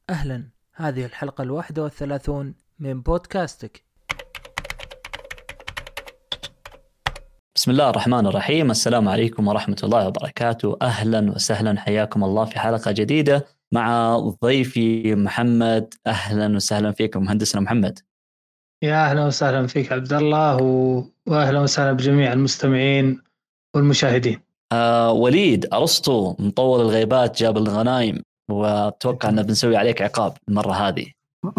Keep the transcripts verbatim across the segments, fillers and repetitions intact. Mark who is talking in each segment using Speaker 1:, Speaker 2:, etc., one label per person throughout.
Speaker 1: أهلا، هذه الحلقة الواحدة والثلاثون من بودكاستك.
Speaker 2: بسم الله الرحمن الرحيم. السلام عليكم ورحمة الله وبركاته. أهلا وسهلا، حياكم الله في حلقة جديدة مع ضيفي محمد. أهلا وسهلا فيكم مهندسنا محمد.
Speaker 3: يا أهلا وسهلا فيك عبد الله، وأهلا وسهلا بجميع المستمعين والمشاهدين.
Speaker 2: آه وليد أرسطو مطول الغيبات جاب الغنايم، وأتوقع أن بنسوي عليك عقاب المرة هذه.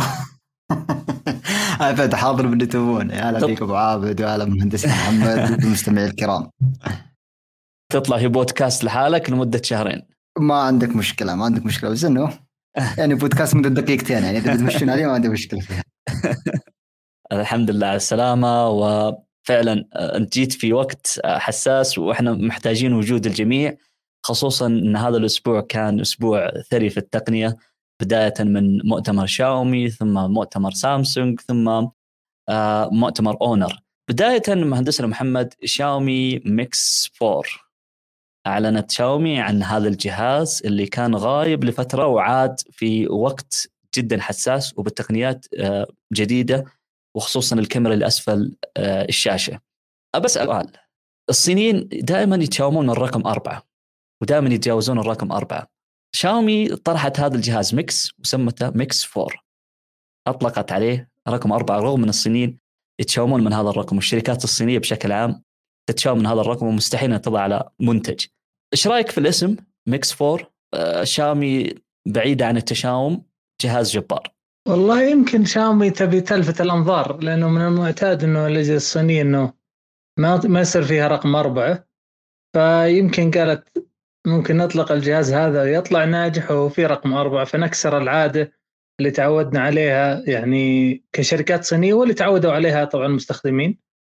Speaker 4: عبد حاضر باللي تبون. أهلا فيكم أبو عابد وأهلا مهندسنا محمد والمستمعين الكرام.
Speaker 2: تطلع في بودكاست لحالك لمدة شهرين،
Speaker 4: ما عندك مشكلة ما عندك مشكلة بس إنه يعني بودكاست مدة دقيقتين، يعني إذا بتمشون عليه ما عندي مشكلة فيها.
Speaker 2: الحمد لله على السلامة. وفعلا أنت جيت في وقت حساس وإحنا محتاجين وجود الجميع، خصوصا أن هذا الأسبوع كان أسبوع ثري في التقنية، بداية من مؤتمر شاومي ثم مؤتمر سامسونج ثم مؤتمر أونر. بداية مهندسنا محمد، شاومي ميكس فور، أعلنت شاومي عن هذا الجهاز اللي كان غايب لفترة وعاد في وقت جدا حساس وبالتقنيات جديدة، وخصوصا الكاميرا اللي أسفل الشاشة. أبسأل سؤال، الصينيين دائما يتشاومون من الرقم أربعة ودائما يتجاوزون الرقم أربعة. شاومي طرحت هذا الجهاز ميكس وسمته ميكس فور، أطلقت عليه رقم أربعة رغم من الصينيين يتشاومون من هذا الرقم، والشركات الصينية بشكل عام تتشاوم من هذا الرقم ومستحيل أن تضع على منتج. إيش رأيك في الاسم ميكس فور؟ آه شاومي بعيدة عن التشاوم، جهاز جبار.
Speaker 3: والله يمكن شاومي تبي تلفت الأنظار، لأنه من المعتاد أنه الأجهزة الصينية أنه ما ما يصير فيها رقم أربعة، فيمكن قالت ممكن نطلق الجهاز هذا ويطلع ناجح وفي رقم أربعة، فنكسر العادة اللي تعودنا عليها يعني كشركات صينية واللي تعودوا عليها طبعا المستخدمين.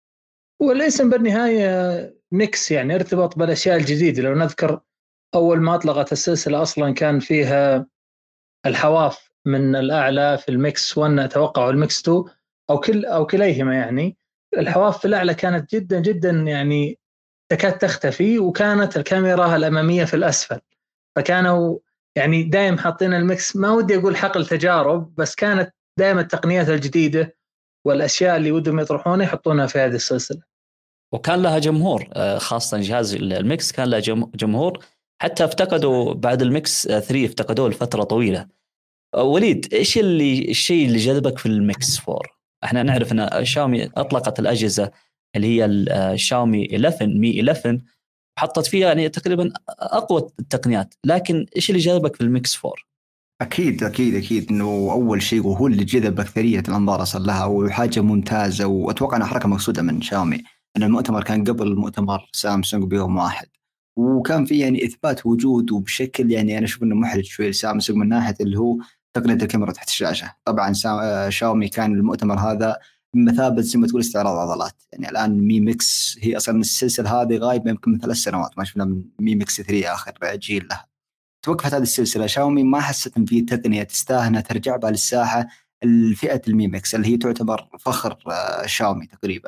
Speaker 3: والاسم بالنهاية ميكس، يعني ارتبط بالأشياء الجديدة. لو نذكر أول ما أطلقت السلسلة أصلا كان فيها الحواف من الأعلى في الميكس واحد أتوقع الميكس تو أو كل أو كليهما، يعني الحواف في الأعلى كانت جدا جدا يعني تكاد تختفي، وكانت الكاميرا الأمامية في الأسفل، فكانوا يعني دائم حاطين الميكس. ما ودي أقول حقل تجارب، بس كانت دائما التقنيات الجديدة والأشياء اللي ودهم يطرحونها يحطونها في هذه السلسلة،
Speaker 2: وكان لها جمهور، خاصة جهاز الميكس كان لها جمهور، حتى افتقدوا بعد الميكس ثري افتقدوه لفترة طويلة. وليد، إيش اللي الشيء اللي جذبك في الميكس فور؟ احنا نعرف أن شاومي أطلقت الأجهزة اللي هي الشاومي إليفن مي إليفن، حطت فيها يعني تقريبا أقوى التقنيات، لكن إيش اللي جذبك في الميكس فور؟
Speaker 4: أكيد أكيد أكيد إنه أول شيء وهو اللي جذب أكثرية الأنظار أصل لها، وحاجة ممتازة، وأتوقع أنها حركة مقصودة من شاومي. أن المؤتمر كان قبل مؤتمر سامسونج بيوم واحد، وكان في يعني إثبات وجود وبشكل يعني أنا أشوف إنه محرج شوي لسامسونج من ناحية اللي هو تقنية الكاميرا تحت الشاشة. طبعا شاومي كان المؤتمر هذا بمثابة زي ما تقول استعراض عضلات. يعني الآن مي ميكس هي أصلا السلسلة هذه غايبة يمكن من ثلاث سنوات، ما شفنا من مي ميكس ثري آخر جيل لها. توقفت هذه السلسلة، شاومي ما حست إن في تقنية تستاهل ترجع بها للساحة الفئة المي ميكس اللي هي تعتبر فخر شاومي تقريبا.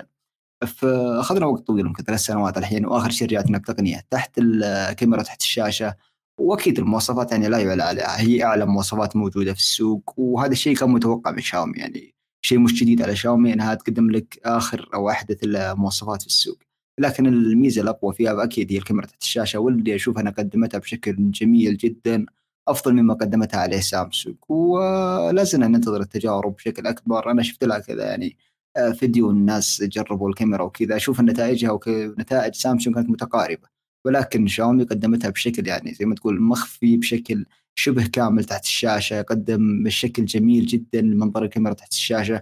Speaker 4: فأخذنا وقت طويل يمكن ثلاث سنوات الحين، وآخر شيء رجعتنا بتقنية تحت الكاميرا تحت الشاشة. وأكيد المواصفات يعني لا يعلى عليها، هي أعلى مواصفات موجودة في السوق، وهذا الشيء كان متوقع من شاومي. يعني شيء مش جديد على شاومي أنها تقدم لك آخر أو أحدث المواصفات في السوق، لكن الميزة الأقوى فيها أكيد هي الكاميرا تحت الشاشة، واللي أشوف أنا قدمتها بشكل جميل جدا، أفضل مما قدمتها عليه سامسونج. ولازلنا ننتظر التجارب بشكل أكبر. أنا شفت لها كذا يعني فيديو الناس جربوا الكاميرا وكذا، أشوف النتائجها ونتائج سامسونج كانت متقاربة، ولكن شاومي قدمتها بشكل يعني زي ما تقول مخفي بشكل شبه كامل تحت الشاشة، قدم بشكل جميل جدا منظر الكاميرا تحت الشاشة.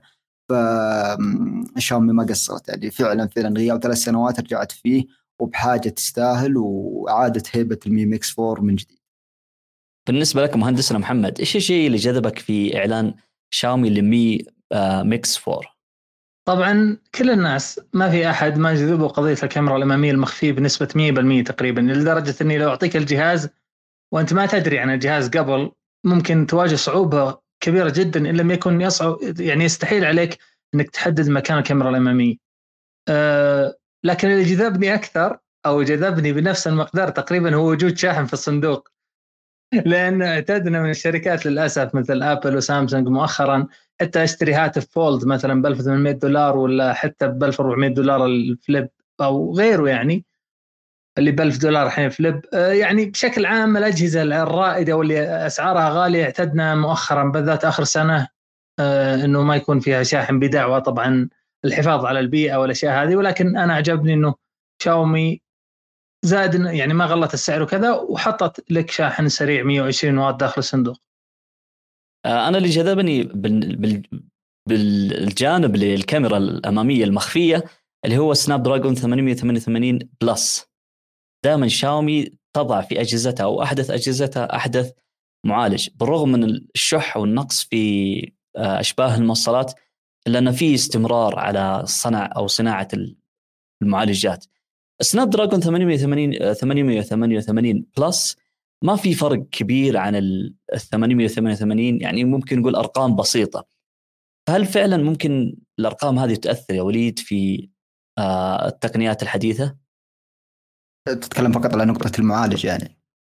Speaker 4: فشاومي ما قصرت، يعني فعلا فعلا غياب ثلاث سنوات رجعت فيه وبحاجة تستاهل، وعادة هيبة المي ميكس فور من جديد.
Speaker 2: بالنسبة لك مهندسنا محمد، إيش الشيء اللي جذبك في إعلان شاومي لمي ميكس فور؟
Speaker 3: طبعا كل الناس ما في أحد ما جذبه قضية الكاميرا الأمامية المخفية بنسبة مية بالمية تقريبا، لدرجة أني لو أعطيك الجهاز وأنت ما تدري عن الجهاز قبل ممكن تواجه صعوبة كبيرة جدا، إن لم يكن يصعب يعني يستحيل عليك أنك تحدد مكان الكاميرا الأمامية. أه لكن اللي جذبني أكثر أو جذبني بنفس المقدار تقريبا هو وجود شاحن في الصندوق. لأن اعتدنا من الشركات للأسف مثل أبل وسامسونج مؤخرا حتى أشتري هاتف فولد مثلا ب ألف وثمانمائة دولار ولا حتى ب ألف وأربعمائة دولار الفليب أو غيره، يعني اللي ب ألف دولار الحين فليب. يعني بشكل عام الأجهزة الرائدة واللي أسعارها غالية اعتدنا مؤخرا بالذات آخر سنة إنه ما يكون فيها شاحن بدعوة، طبعا الحفاظ على البيئة والأشياء هذه. ولكن أنا عجبني إنه شاومي زاد يعني ما غلط السعر وكذا، وحطت لك شاحن سريع مئة وعشرين واط داخل الصندوق.
Speaker 2: أنا اللي جذبني بال... بال... بالجانب للكاميرا الأمامية المخفية اللي هو سناب دراجون ثمانمائة وثمانية وثمانين بلس. دائما شاومي تضع في أجهزتها أو أحدث أجهزتها أحدث معالج، بالرغم من الشح والنقص في أشباه الموصلات، لأن فيه استمرار على صنع أو صناعة المعالجات. سناب دراجون ثمانمائة وثمانية وثمانين بلس ما في فرق كبير عن ال ثمانمائة وثمانية وثمانين، يعني ممكن نقول أرقام بسيطة. هل فعلا ممكن الأرقام هذه تؤثر يا وليد في التقنيات الحديثة؟
Speaker 4: تتكلم فقط على نقطة المعالج يعني؟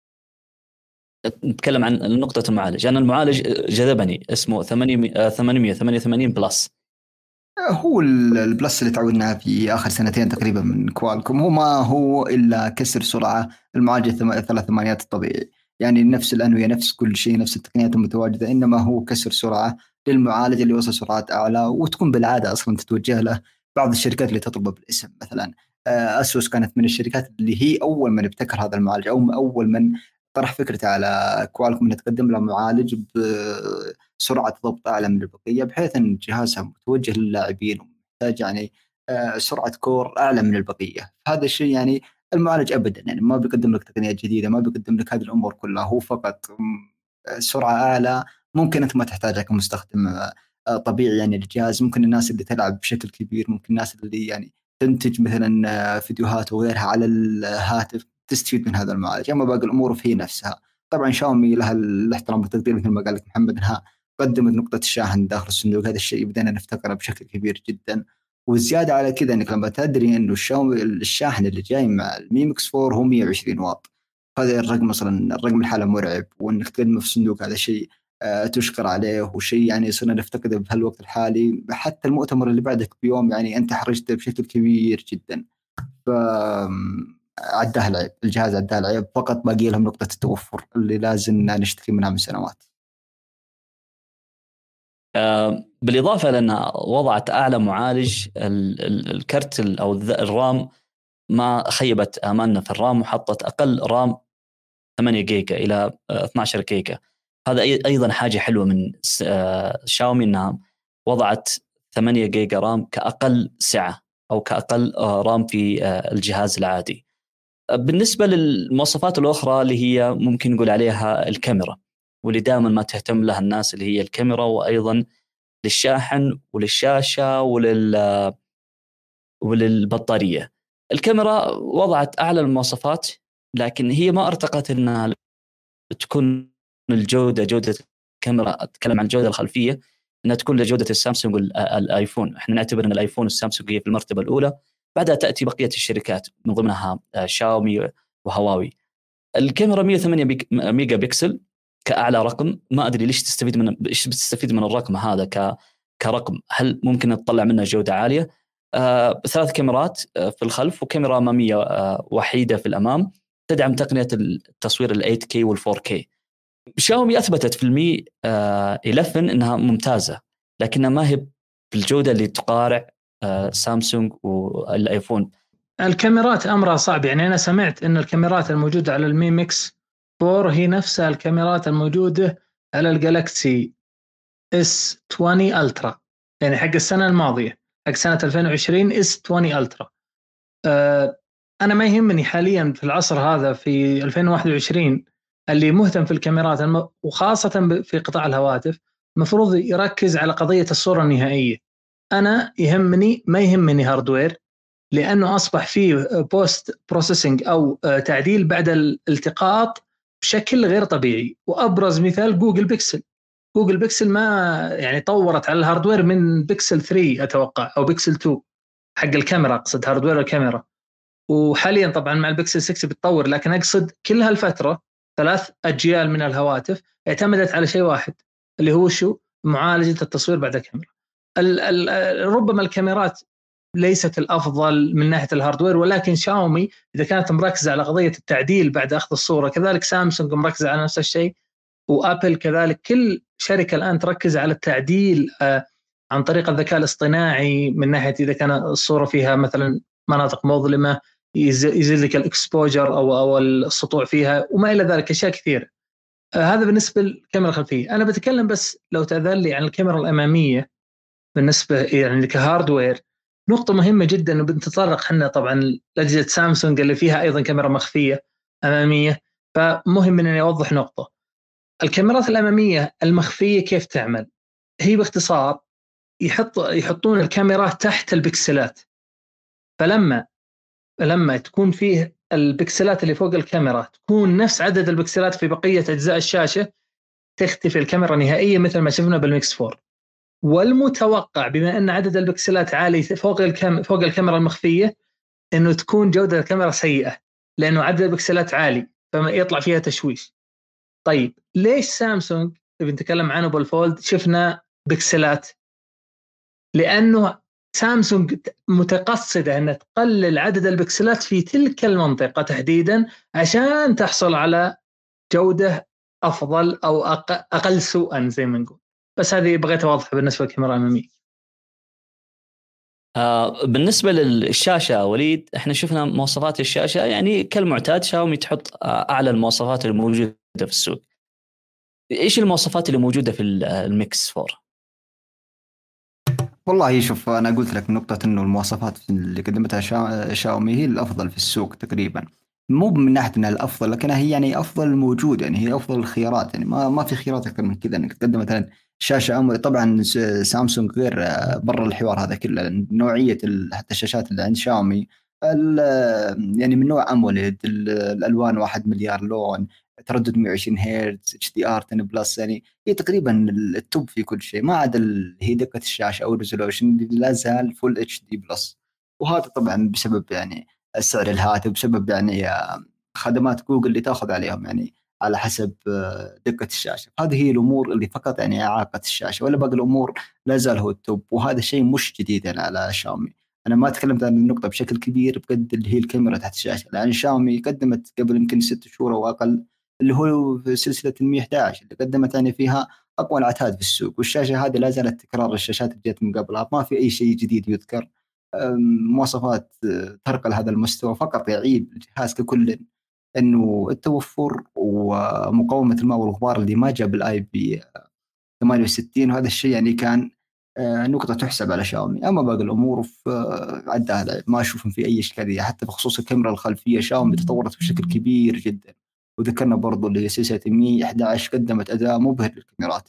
Speaker 2: نتكلم عن نقطة المعالج. أنا المعالج جذبني، اسمه ثمانمائة وثمانية وثمانين بلس.
Speaker 4: هو البلس اللي تعودنا في آخر سنتين تقريبا من كوالكوم، هو ما هو إلا كسر سرعة المعالج ثلاث ثمانيات الطبيعي، يعني نفس الأنوية نفس كل شيء نفس التقنيات المتواجدة، إنما هو كسر سرعة للمعالج اللي وصل سرعات أعلى، وتكون بالعادة أصلا تتوجه له بعض الشركات اللي تطلبه بالاسم. مثلا أسوس كانت من الشركات اللي هي أول من ابتكر هذا المعالج، أو أول من طرح فكرة على كوالكوم أن تقدم له معالج بسرعة ضبط أعلى من البقية، بحيث أن جهازها متوجه للاعبين ومحتاج يعني سرعة كور أعلى من البقية. هذا الشيء يعني المعالج أبدا يعني ما بيقدم لك تقنيات جديدة، ما بيقدم لك هذه الأمور كلها، هو فقط سرعة أعلى ممكن أنت ما تحتاجها كمستخدم طبيعي. يعني الجهاز ممكن الناس اللي تلعب بشكل كبير، ممكن الناس اللي يعني تنتج مثلا فيديوهات وغيرها على الهاتف تستفيد من هذا المعالج. أما باقي الأمور في نفسها. طبعا شاومي لها الاحترام والتقدير مثل ما قال لك محمد، أنها قدمت نقطة الشاحن داخل الصندوق. هذا الشيء بدأنا نفتكره بشكل كبير جدا. والزيادة على كذا أنك لما تدري أنه الشاومي الشاحن اللي جاي مع المي ميكس فور هو مئة وعشرين واط، هذا الرقم مثلا الرقم الحالة مرعب، وأنك تقدمه في الصندوق هذا شيء أه تشكر عليه، وشيء يعني صرنا نفتقده بهالوقت الحالي. حتى المؤتمر اللي بعدك بيوم يعني أنت حرجت بشكل كبير جدا، ف عدها العيب الجهاز عدها العيب، فقط باقي لهم نقطة التوفر اللي لازم نشتكي منها من سنوات.
Speaker 2: بالإضافة لأنها وضعت أعلى معالج، الكرت أو الرام ما خيبت آمالنا في الرام، وحطت أقل رام ثمانية جيجا إلى اثنا عشر جيجا. هذا أيضا حاجة حلوة من شاومي، أنها وضعت ثمانية جيجا رام كأقل سعة أو كأقل رام في الجهاز العادي. بالنسبة للمواصفات الأخرى اللي هي ممكن نقول عليها الكاميرا، واللي دائما ما تهتم لها الناس، اللي هي الكاميرا، وأيضا للشاحن وللشاشة ولل وللبطارية. الكاميرا وضعت أعلى المواصفات، لكن هي ما ارتقت أنها تكون الجودة جودة الكاميرا. أتكلم عن الجودة الخلفية، أنها تكون لجودة السامسونج والآيفون. إحنا نعتبر أن الآيفون والسامسونج هي في المرتبة الأولى، بعدها تأتي بقية الشركات من ضمنها شاومي وهواوي. الكاميرا مئة وثمانية ميجا بكسل كأعلى رقم. ما أدري ليش تستفيد من إيش بتستفيد من الرقم هذا ك كرقم؟ هل ممكن نطلع منه جودة عالية؟ آه، ثلاث كاميرات في الخلف، وكاميرا أمامية آه، وحيدة في الأمام، تدعم تقنية التصوير ال ثمانية كي وال فور كي. شاومي أثبتت في المي آه، إحدى عشر إنها ممتازة، لكنها ما هي بالجودة اللي تقارع آه، سامسونج والآيفون.
Speaker 3: الكاميرات أمرها صعب. يعني أنا سمعت إن الكاميرات الموجودة على المي ميكس فور هي نفسها الكاميرات الموجودة على الجالكسي اس عشرين ألترا، يعني حق السنة الماضية، حق سنة ألفين وعشرين اس عشرين ألترا. أه أنا ما يهمني حاليا في العصر هذا في ألفين وواحد وعشرين اللي مهتم في الكاميرات الم... وخاصة في قطاع الهواتف مفروض يركز على قضية الصورة النهائية. أنا يهمني ما يهمني هاردوير، لأنه أصبح فيه بوست بروسيسنج أو تعديل بعد الالتقاط بشكل غير طبيعي. وأبرز مثال جوجل بيكسل. جوجل بيكسل ما يعني طورت على الهاردوير من بيكسل ثري أتوقع أو بيكسل تو حق الكاميرا، أقصد هاردوير الكاميرا. وحاليا طبعا مع البيكسل سكس بتطور، لكن أقصد كل هالفترة ثلاث أجيال من الهواتف اعتمدت على شيء واحد اللي هو شو؟ معالجة التصوير بعد الكاميرا. ال ال ربما الكاميرات ليست الأفضل من ناحية الهاردوير، ولكن شاومي إذا كانت مركزة على قضية التعديل بعد أخذ الصورة، كذلك سامسونج مركزة على نفس الشيء، وأبل كذلك. كل شركة الآن تركز على التعديل آه عن طريق الذكاء الاصطناعي، من ناحية إذا كان الصورة فيها مثلا مناطق مظلمة يزيد لك الإكسبوجر أو أو السطوع فيها وما إلى ذلك، أشياء كثيرة. آه هذا بالنسبة للكاميرا الخلفية. أنا بتكلم بس لو تأذن لي عن الكاميرا الأمامية بالنسبة يعني كهاردوير. نقطة مهمة جدا وبنتطرق حنا طبعا لأجهزة سامسونج اللي فيها أيضا كاميرا مخفية أمامية، فمهم أن أوضح نقطة. الكاميرات الأمامية المخفية كيف تعمل؟ هي باختصار يحط يحطون الكاميرات تحت البكسلات، فلما لما تكون فيه البكسلات اللي فوق الكاميرا تكون نفس عدد البكسلات في بقية أجزاء الشاشة، تختفي الكاميرا نهائيا مثل ما شفنا بالميكس فور. والمتوقع بما أن عدد البكسلات عالي فوق الكام فوق الكاميرا المخفية إنه تكون جودة الكاميرا سيئة، لأنه عدد البكسلات عالي فما يطلع فيها تشويش. طيب ليش سامسونج بنتكلم عنه بالفولد شفنا بكسلات؟ لأنه سامسونج متقصدة أن تقلل عدد البكسلات في تلك المنطقة تحديدا عشان تحصل على جودة أفضل أو أقل سوءا زي ما نقول. بس هذه بغيت أوضح بالنسبة للكاميرا الأمامية.
Speaker 2: آه بالنسبة للشاشة وليد، احنا شفنا مواصفات الشاشة يعني كالمعتاد شاومي تحط أعلى المواصفات الموجودة في السوق. إيش المواصفات اللي موجودة في الميكس فور؟
Speaker 4: والله شوف، أنا قلت لك نقطة إنه المواصفات اللي قدمتها شا... شاومي هي الأفضل في السوق تقريبا، مو من ناحية إنها الأفضل لكنها هي يعني أفضل موجود، يعني هي أفضل الخيارات، يعني ما ما في خيارات أكثر من كذا إنك تقدم مثلا شاشة أموليد. طبعا سامسونج غير برا الحوار هذا كله، نوعية حتى الشاشات اللي عند شاومي يعني من نوع أموليد، الألوان واحد مليار لون، تردد مئة وعشرين هرتز، اتش دي ار عشرة بلس، يعني هي تقريبا التوب في كل شيء، ما عدا هي دقة الشاشة أو الريزولوشن لا زال فول اتش دي بلس. وهذا طبعا بسبب يعني سعر الهاتف، بسبب يعني خدمات جوجل اللي تأخذ عليهم يعني على حسب دقة الشاشة. هذه هي الأمور اللي فقط يعني إعاقة الشاشة، ولا باقي الأمور لا زال هو التوب. وهذا شيء مش جديد يعني على شاومي. أنا ما تكلمت عن النقطة بشكل كبير بقد اللي هي الكاميرا تحت الشاشة، لأن شاومي قدمت قبل يمكن ست شهور أو أقل اللي هو في سلسلة المية وأحد عشر اللي قدمت يعني فيها أقوى العتاد في السوق، والشاشة هذه لا زالت تكرار الشاشات اللي جت من قبلها، ما في أي شيء جديد يذكر. مواصفات ترقى لهذا المستوى، فقط يعيب الجهاز ككل إنه التوفر ومقاومة الماء والغبار اللي ما جاب الآي بي ثمانية وستين، وهذا الشيء يعني كان نقطة تحسب على شاومي. أما باقي الأمور عدها ما أشوفهم في أي إشكالية، حتى بخصوص الكاميرا الخلفية شاومي تطورت بشكل كبير جدا. وذكرنا برضو اللي سلسلة مية وأحد عشر قدمت أداء مبهر للكاميرات،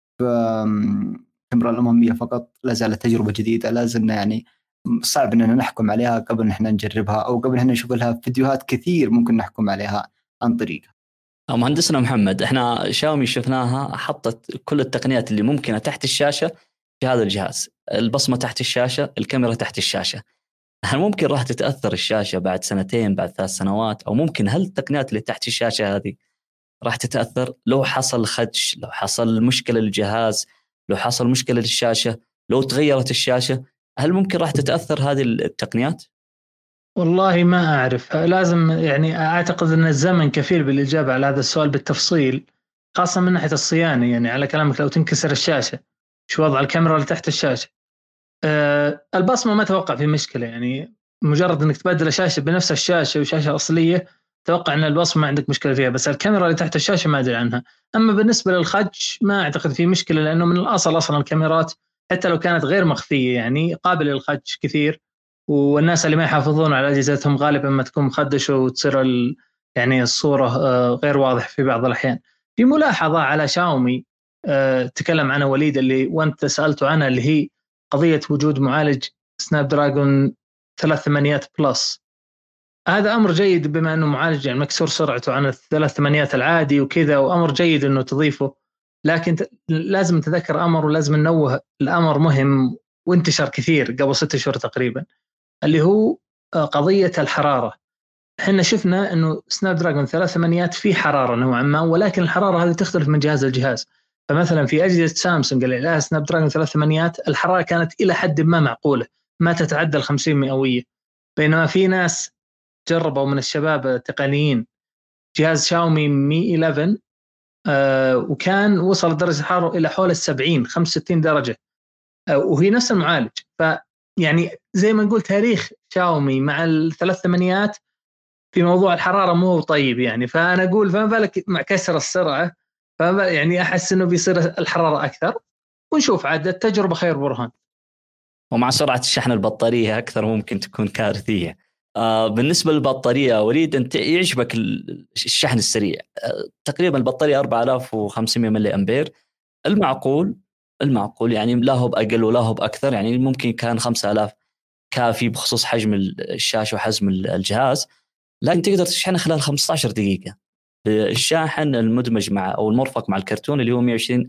Speaker 4: فالكاميرا الأمامية فقط لا زالت تجربة جديدة، لازم يعني صعب أننا نحكم عليها قبل أن احنا نجربها أو قبل أن نشوف لها فيديوهات كثير ممكن نحكم عليها عن طريقها.
Speaker 2: مهندسنا محمد، احنا شاومي شفناها حطت كل التقنيات اللي ممكنة تحت الشاشة في هذا الجهاز، البصمة تحت الشاشة، الكاميرا تحت الشاشة. هل ممكن راح تتأثر الشاشة بعد سنتين بعد ثلاث سنوات، أو ممكن هل التقنيات اللي تحت الشاشة هذه راح تتأثر لو حصل خدش، لو حصل مشكلة للجهاز، لو حصل مشكلة للشاشة، لو تغيرت الشاشة، هل ممكن راح تتأثر هذه التقنيات؟
Speaker 3: والله ما أعرف، لازم يعني أعتقد أن الزمن كفيل بالإجابة على هذا السؤال بالتفصيل، خاصة من ناحية الصيانة. يعني على كلامك لو تنكسر الشاشة شو وضع الكاميرا اللي تحت الشاشة؟ أه البصمة ما توقع في مشكلة، يعني مجرد أنك تبدل الشاشة بنفس الشاشة وشاشة أصلية توقع أن البصمة ما عندك مشكلة فيها، بس الكاميرا اللي تحت الشاشة ما أدري عنها. أما بالنسبة للخدش ما أعتقد في مشكلة، لأنه من الأصل أصلا الكاميرات حتى لو كانت غير مخفية يعني قابلة للخدش كثير، والناس اللي ما يحافظون على أجهزتهم غالبا ما تكون مخدشة وتصير يعني الصورة غير واضح في بعض الأحيان. في ملاحظة على شاومي أه تكلم عنها وليد اللي وانت سألته عنها، اللي هي قضية وجود معالج سناب دراجون ثلاث ثمانيات بلس. هذا أمر جيد بما أنه معالج يعني مكسور سرعته عن الثلاث ثمانيات العادي وكذا، وأمر جيد أنه تضيفه، لكن لازم نتذكر أمر ولازم ننوه الأمر مهم وانتشر كثير قبل ستة شهور تقريبا، اللي هو قضية الحرارة. احنا شفنا انه سناب دراجون ثلاث ثمانيات في حراره نوعا ما، ولكن الحراره هذه تختلف من جهاز لجهاز. فمثلا في اجهزه سامسونج اللي لها سناب دراجون ثلاث ثمانيات الحراره كانت الى حد ما معقوله، ما تتعدى ال خمسين مئويه. بينما في ناس جربوا من الشباب التقنيين جهاز شاومي مي إحدى عشر آه وكان وصل درجه الحراره الى حول السبعين خمسة وستين درجه آه وهي نفس المعالج. فيعني زي ما نقول تاريخ شاومي مع الثلاث ثمانيات في موضوع الحراره مو طيب يعني. فانا اقول فما بالك مع كسر السرعه، يعني احس انه بيصير الحراره اكثر، ونشوف عاد التجربه خير برهان.
Speaker 2: ومع سرعه الشحن البطاريه اكثر ممكن تكون كارثيه. آه بالنسبه للبطاريه وليد، انت يعجبك الشحن السريع؟ آه تقريبا البطاريه أربعة آلاف وخمسمائة ملي امبير، المعقول المعقول يعني لا هو باقل ولا هو باكثر، يعني ممكن كان خمسة آلاف كافي بخصوص حجم الشاشه وحجم الجهاز، لكن تقدر تشحنه خلال خمسة عشر دقيقه. الشاحن المدمج مع او المرفق مع الكرتون اللي هو مئة وعشرين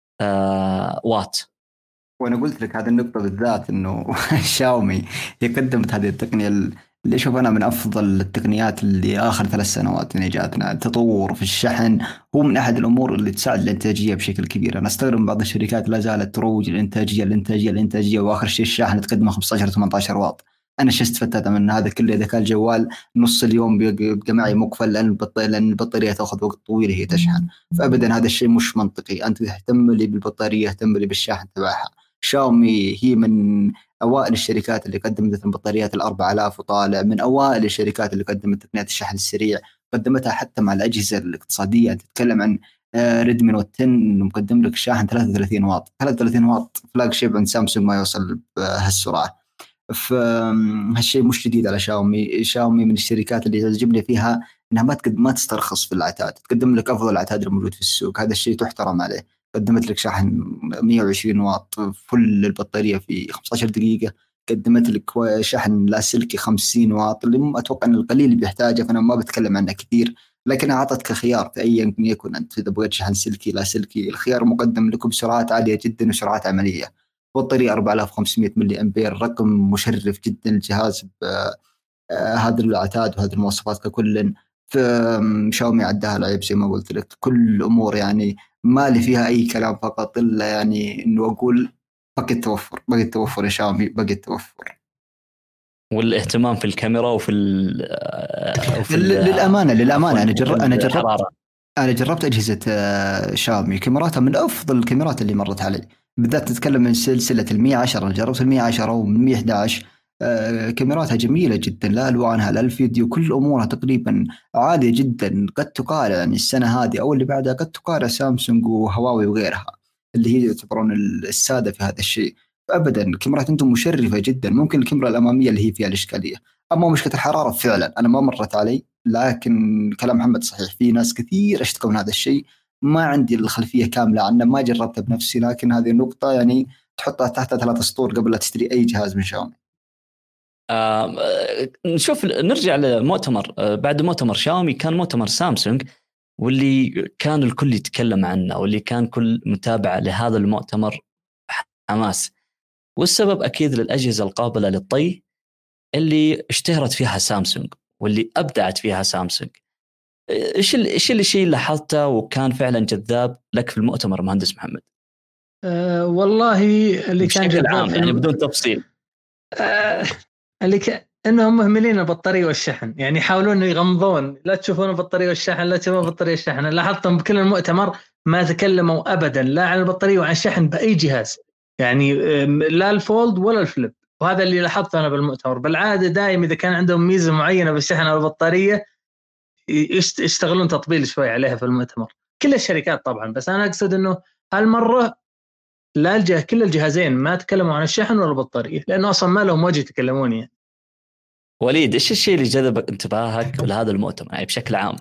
Speaker 2: آه واط.
Speaker 4: وانا قلت لك هذه النقطه بالذات انه شاومي هي قدمت هذه التقنيه اللي اشوف انا من افضل التقنيات اللي اخر ثلاث سنوات اللي جاتنا. التطور في الشحن هو من احد الامور اللي تساعد الانتاجيه بشكل كبير. انا استغرب بعض الشركات لا زالت تروج الانتاجيه الانتاجيه الانتاجيه واخر شيء الشاحن تقدمه خمسة عشر ثمانية عشر واط. انا شست فتات من هذا كله اذا كان الجوال نص اليوم بيبقى معي مقفل لان البطاريه تاخذ وقت طويل هي تشحن. فابدا هذا الشيء مش منطقي. انت تهتم لي بالبطاريه، اهتم لي بالشاحن تبعها. شاومي هي من أوائل الشركات اللي قدمت البطاريات الأربع آلاف وطالع، من أوائل الشركات اللي قدمت تقنيات الشحن السريع، قدمتها حتى مع الأجهزة الاقتصادية. تتكلم عن ريدمي نوت عشرة مقدم لك شاحن ثلاثة وثلاثين واط، ثلاثة وثلاثين واط فلاج شيب عند سامسونج ما يوصل بهالسرعة. فهالشيء مش جديد على شاومي. شاومي من الشركات اللي تعجبني فيها انها ما ما تسترخص في العتاد، تقدم لك افضل العتاد الموجود في السوق. هذا الشيء تحترم عليه. قدمت لك شاحن مئة وعشرين واط فل البطارية في خمسة عشر دقيقة، قدمت لك شحن لاسلكي خمسين واط اللي أتوقع أن القليل اللي بيحتاجه، فأنا ما بتكلم عنه كثير، لكن أعطتك خيار في أي يكن. أنت إذا بغيت شحن سلكي لاسلكي الخيار مقدم لكم بسرعات عالية جدا وسرعات عملية. بطارية أربعة آلاف وخمسمائة ملي أمبير، رقم مشرف جدا الجهاز بهذا العتاد وهذه المواصفات ككل. في شاومي عدها العيب زي ما قلت لك، كل أمور يعني ما لي فيها أي كلام، فقط إلا يعني إنه أقول بقي التوفر، بقي التوفر يا شاومي، بقي التوفر.
Speaker 2: والاهتمام في الكاميرا وفي,
Speaker 4: وفي للأمانة للأمانة أنا جربت أنا جربت أنا جربت أجهزة شاومي، كاميراتها من أفضل الكاميرات اللي مرت علي، بالذات تتكلم من سلسلة المية عشرة. جربت المية عشرة ومن مية أحد عشر، كاميراتها جميلة جدا، لا ألوانها لا الفيديو، كل أمورها تقريبا عالية جدا. قد تقارع يعني السنة هذه أو اللي بعدها قد تقارع سامسونج وهواوي وغيرها اللي هي يعتبرون السادة في هذا الشيء. أبدا الكاميرات عندهم مشرفة جدا. ممكن الكاميرا الأمامية اللي هي فيها الإشكالية، أما مشكلة الحرارة فعلا أنا ما مرت علي، لكن كلام محمد صحيح، في ناس كثير اشتكوا من هذا الشيء. ما عندي الخلفية كاملة عنه، ما جربته بنفسي، لكن هذه النقطة يعني تحطها تحت ثلاث سطور قبل لا تشتري أي جهاز من شاومي.
Speaker 2: آه نشوف نرجع للمؤتمر. آه بعد مؤتمر شاومي كان مؤتمر سامسونج، واللي كان الكل يتكلم عنه، واللي كان كل متابعة لهذا المؤتمر حماس. والسبب أكيد للأجهزة القابلة للطي اللي اشتهرت فيها سامسونج واللي أبدعت فيها سامسونج. إيش إيش الشيء اللي لاحظته وكان فعلا جذاب لك في المؤتمر مهندس محمد؟
Speaker 3: أه والله اللي كان جذاب
Speaker 2: عام يعني بدون تفصيل،
Speaker 3: أه اللي ك... انهم مهملين البطاريه والشحن، يعني يحاولون يغمضون، لا تشوفون البطاريه والشحن لا تشوفون البطاريه والشحن. لاحظتهم بكل المؤتمر ما تكلموا ابدا لا عن البطاريه وعن الشحن باي جهاز، يعني لا الفولد ولا الفليب. وهذا اللي لاحظته انا بالمؤتمر. بالعاده دائما اذا كان عندهم ميزه معينه بالشحن او البطاريه يشتغلون تطبيل شوي عليها في المؤتمر، كل الشركات طبعا، بس انا اقصد انه هالمره لا الجه كل الجهازين ما تكلموا عن الشحن ولا البطاريه، لانه اصلا ما لهم وجه يتكلمون يعني.
Speaker 2: وليد ايش الشيء اللي جذب انتباهك لهذا المؤتمر يعني بشكل عام؟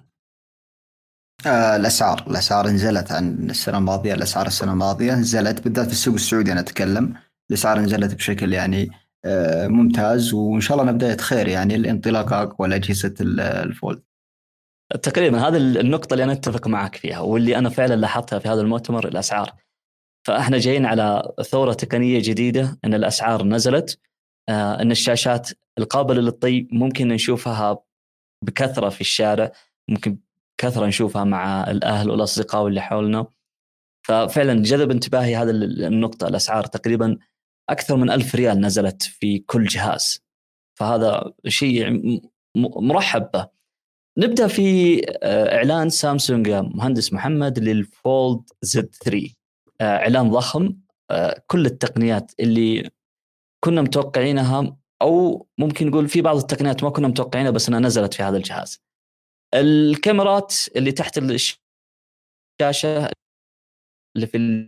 Speaker 4: آه الاسعار الاسعار نزلت عن السنه الماضيه. الاسعار السنه الماضيه نزلت بالذات في السوق السعودي، انا اتكلم الاسعار نزلت بشكل يعني آه ممتاز، وان شاء الله نبدايه خير يعني الانطلاق اقوى لاجهزه الفولد.
Speaker 2: تقريبا هذه النقطه اللي انا اتفق معك فيها، واللي انا فعلا لاحظتها في هذا المؤتمر، الاسعار. فاحنا جايين على ثوره تقنيه جديده، ان الاسعار نزلت، آه ان الشاشات القابله للطي ممكن نشوفها بكثرة في الشارع، ممكن كثرة نشوفها مع الأهل والأصدقاء واللي حولنا. ففعلا جذب انتباهي هذا النقطة، الأسعار تقريبا أكثر من ألف ريال نزلت في كل جهاز، فهذا شيء مرحب به. نبدأ في إعلان سامسونج مهندس محمد للفولد زد ثري، إعلان ضخم، كل التقنيات اللي كنا متوقعينها، أو ممكن نقول في بعض التقنيات ما كنا متوقعينها بس أنها نزلت في هذا الجهاز. الكاميرات اللي تحت الشاشة اللي في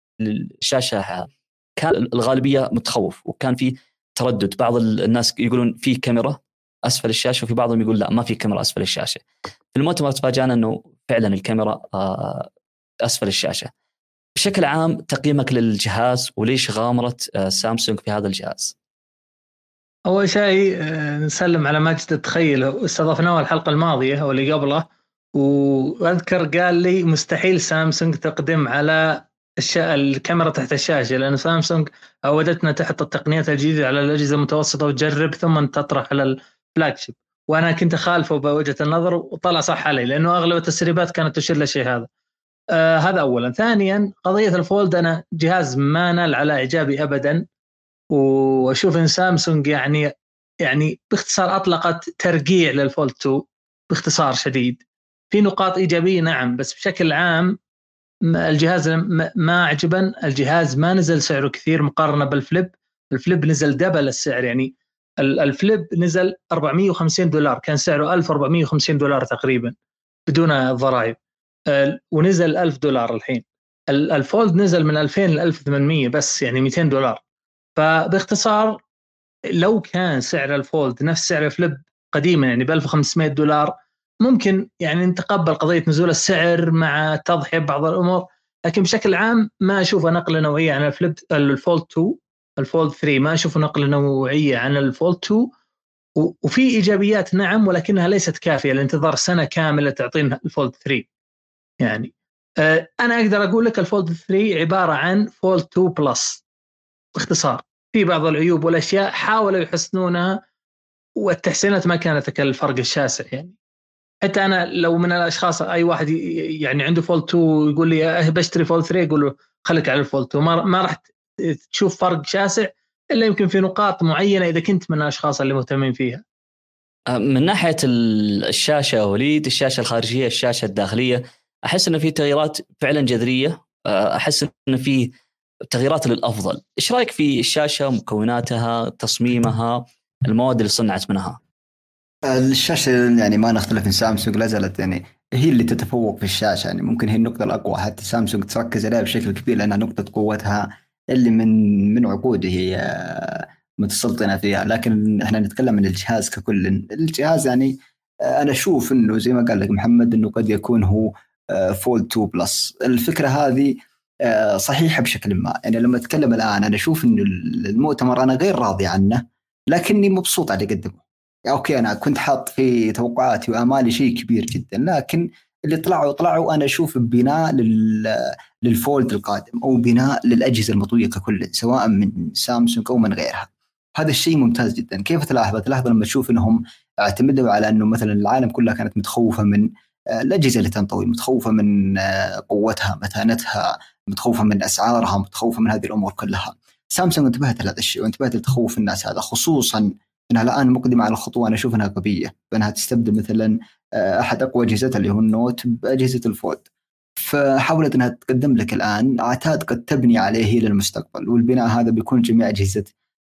Speaker 2: الشاشة كان الغالبية متخوف، وكان في تردد، بعض الناس يقولون في كاميرا أسفل الشاشة وفي بعضهم يقول لا ما في كاميرا أسفل الشاشة. في المؤتمر تفاجأنا أنه فعلا الكاميرا أسفل الشاشة. بشكل عام تقييمك للجهاز وليش غامرت سامسونج في هذا الجهاز؟
Speaker 3: أول شيء نسلم على ماجد، تخيل استضفناه الحلقة الماضية أو اللي قبله، وأذكر قال لي مستحيل سامسونج تقدم على الشا... الكاميرا تحت الشاشة، لأن سامسونج عودتنا تحط التقنيات الجديدة على الأجهزة المتوسطة وتجرب ثم تطرح على الفلاجشيب، وأنا كنت أخالفه بوجهة النظر وطلع صح علي، لأنه أغلب التسريبات كانت تشير للشيء هذا. آه هذا أولا. ثانيا قضية الفولد، أنا جهاز ما نال على إعجابي أبدا، وأشوف إن سامسونج يعني يعني باختصار أطلقت ترقيع للفولد تو باختصار شديد. في نقاط إيجابية نعم، بس بشكل عام الجهاز ما عجبا. الجهاز ما نزل سعره كثير مقارنة بالفليب. الفليب نزل دبل السعر، يعني الفليب نزل أربعمية وخمسين دولار، كان سعره ألف وأربعمية وخمسين دولار تقريبا بدون الضرائب، ونزل ألف دولار الحين. الفولد نزل من ألفين ل ألف وثمانمية بس، يعني مئتين دولار. فباختصار لو كان سعر الفولد نفس سعر الفليب قديما يعني ب ألف وخمسمية دولار ممكن يعني نتقبل قضية نزول السعر مع تضحية بعض الأمور، لكن بشكل عام ما أشوف نقلة نوعية عن الفليب الفولد تو. الفولد ثري ما أشوف نقلة نوعية عن الفولد تو، وفي إيجابيات نعم ولكنها ليست كافية لانتظار سنة كاملة تعطينا الفولد ثري. يعني أنا أقدر أقول لك الفولد ثري عبارة عن فولد تو بلس باختصار. في بعض العيوب والأشياء حاولوا يحسنونها، والتحسينات ما كانت كالفرق الشاسع. يعني حتى أنا لو من الأشخاص أي واحد يعني عنده فولد تو يقول لي بشتري فولد ثري، يقول له خليك على الفولد تو، ما ما راح تشوف فرق شاسع إلا يمكن في نقاط معينة إذا كنت من الأشخاص اللي مهتمين فيها.
Speaker 2: من ناحية الشاشة وليد، الشاشة الخارجية الشاشة الداخلية، أحس أن في تغييرات فعلا جذرية، أحس أن في تغييرات للأفضل. إيش رأيك في الشاشة، مكوناتها، تصميمها، المواد اللي صنعت منها؟
Speaker 4: الشاشة يعني ما نختلف إن سامسونج لا زالت يعني هي اللي تتفوق في الشاشة، يعني ممكن هي النقطة الأقوى، حتى سامسونج تركز عليها بشكل كبير لأنها نقطة قوتها اللي من من عقود هي متسلطنة فيها. لكن إحنا نتكلم عن الجهاز ككل. الجهاز يعني أنا أشوف إنه زي ما قال لك محمد إنه قد يكون هو فولد تو بلس. الفكرة هذه صحيحة بشكل ما. يعني لما أتكلم الآن أنا أشوف إنه المؤتمر أنا غير راضي عنه، لكني مبسوط على قدمه. أوكي أنا كنت حاط في توقعاتي وآمالي شيء كبير جدا، لكن اللي طلعوا طلعوا أنا أشوف بناء لل للفولد القادم أو بناء للأجهزة المطوية ككل سواء من سامسونج أو من غيرها. هذا الشيء ممتاز جدا. كيف تلاحظ تلاحظ لما تشوف إنهم اعتمدوا على إنه مثلا العالم كلها كانت متخوفة من الأجهزة اللي تنطوي، متخوفة من قوتها، متانتها، متخوفة من أسعارها، متخوفة من هذه الأمور كلها. سامسونج انتبهت لهذا الشيء وانتبهت لتخوف الناس هذا، خصوصا أنها الآن مقدمة على خطوة أنا أشوف أنها غبية، بأنها تستبدل مثلا أحد أقوى أجهزتها اللي هو النوت بأجهزة الفولد. فحاولت أنها تقدم لك الآن عتاد قد تبني عليه للمستقبل، والبناء هذا بيكون جميع أجهزة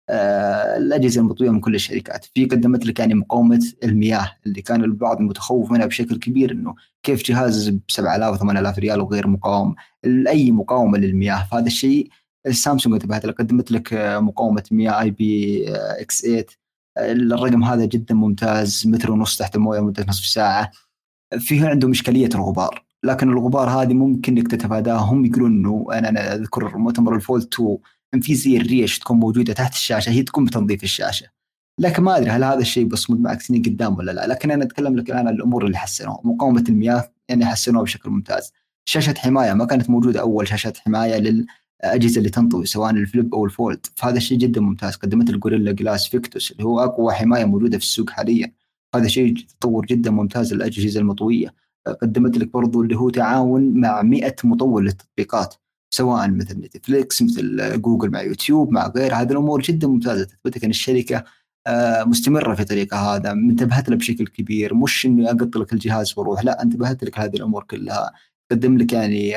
Speaker 4: الأجهزة المطوية من كل الشركات. في قدمت لك يعني مقاومة المياه اللي كان البعض متخوف منها بشكل كبير، إنه كيف جهاز بسبعة آلاف وثمانية آلاف ريال وغير مقاوم لأي مقاومة للمياه. فهذا الشيء سامسونج انتبهت لك، قدمت لك مقاومة مياه آي بي إكس ثمانية. الرقم هذا جدا ممتاز، متر ونص تحت المويه مدة نصف ساعة. فيه عندهم إشكالية الغبار، لكن الغبار هذه ممكن إنك تتفاداها. هم يقولون إنه أنا, أنا أذكر مؤتمر الفولد تو إن في زي الريش تكون موجودة تحت الشاشة، هي تكون بتنظيف الشاشة. لكن ما أدري هل هذا الشيء بصمد معك سنين قدام ولا لا. لكن أنا أتكلم لك الآن عن الأمور اللي حسنوها. مقاومة المياه يعني حسنوها بشكل ممتاز. شاشة حماية ما كانت موجودة أول، شاشة حماية لل أجهزة اللي تنطوي سواء الفليب أو الفولد، فهذا الشيء جدا ممتاز. قدمت الجوريلا جلاس فيكتوس اللي هو أقوى حماية موجودة في السوق حاليا. هذا شيء تطور جدا ممتاز للأجهزة المطوية. قدمت لك برضو اللي هو تعاون مع مئة مطور للتطبيقات، سواء مثل نتفليكس، مثل جوجل مع يوتيوب مع غير. هذه الأمور جدا ممتازة، تثبتك أن الشركة مستمرة في طريقها هذا، انتبهت له بشكل كبير. مش إني أقط لك الجهاز وأروح، لا، انتبهت لك هذه الأمور كلها. قدم لك يعني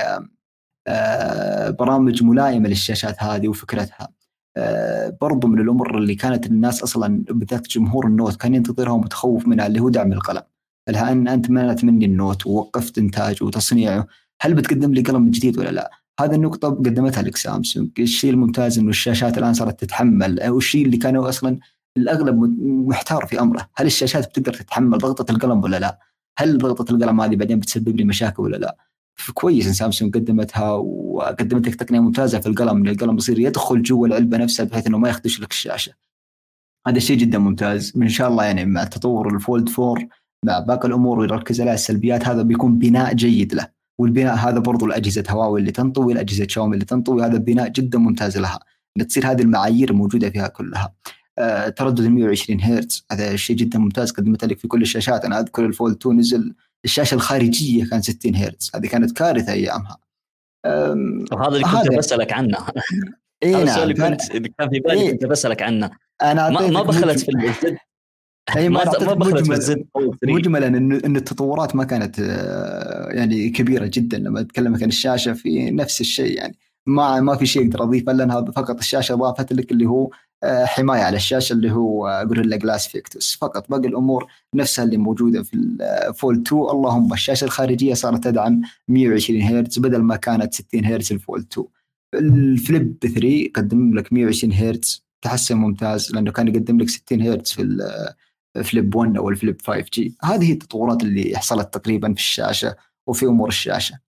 Speaker 4: برامج ملائمة للشاشات هذه وفكرتها. برضو من الأمور اللي كانت الناس أصلا بالذات جمهور النوت كان ينتظرها ومتخوف منها اللي هو دعم القلم. الآن أنت منعت مني النوت ووقفت إنتاجه وتصنيعه، هل بتقدم لي قلم جديد ولا لا؟ هذا النقطة قدمتها لك سامسونج. الشيء الممتاز إنه الشاشات الآن صارت تتحمل، أو الشيء اللي كانوا أصلا الأغلب محتار في أمره، هل الشاشات بتقدر تتحمل ضغطة القلم ولا لا؟ هل ضغطة القلم هذه بعدين بتسبب لي مشاكل ولا لا؟ كويس إن سامسونج قدمتها وقدمت لك تقنية ممتازة في القلم، إن القلم يصير يدخل جوا العلبة نفسها بحيث إنه ما يخدش لك الشاشة. هذا شيء جدا ممتاز. إن شاء الله يعني مع تطور الفولد فور مع باقي الأمور ويركز على السلبيات، هذا بيكون بناء جيد له. والبناء هذا برضو الأجهزة هواوي اللي تنطوي، الأجهزة شاومي اللي تنطوي، هذا بناء جدا ممتاز لها، إن تصير هذه المعايير موجودة فيها كلها. أه تردد مئة وعشرين هرتز، هذا شيء جدا ممتاز قدمت لك في كل الشاشات. أنا أذكر الفولد تو نزل الشاشة الخارجية كان ستين هرتز، هذه كانت كارثة أيامها.
Speaker 2: وهذا اللي كنت بسألك عنه.
Speaker 4: إيه
Speaker 2: هذا
Speaker 4: نعم.
Speaker 2: السؤال اللي كنت كان في بالي إيه؟ كنت بسألك عنه.
Speaker 4: أنا
Speaker 2: ما, ما بخلت في الزد.
Speaker 4: أي ما
Speaker 2: ما بخلت في الزد.
Speaker 4: مجملا إن إن التطورات ما كانت يعني كبيرة جدا. لما أتكلم عن الشاشة في نفس الشيء، يعني ما ما في شيء أقدر أضيفه لأنها فقط الشاشة أضافت لك اللي هو حماية على الشاشة اللي هو غوريلا جلاس فيكتوس فقط. باقي الأمور نفسها اللي موجودة في الفولد تو، اللهم الشاشة الخارجية صارت تدعم مئة وعشرين هرتز بدل ما كانت ستين هرتز الفولد تو. الفليب ثري قدم لك مئة وعشرين هرتز، تحسن ممتاز لأنه كان يقدم لك ستين هرتز في الفليب ون أو الفليب فايف جي. هذه التطورات اللي حصلت تقريبا في الشاشة وفي أمور الشاشة.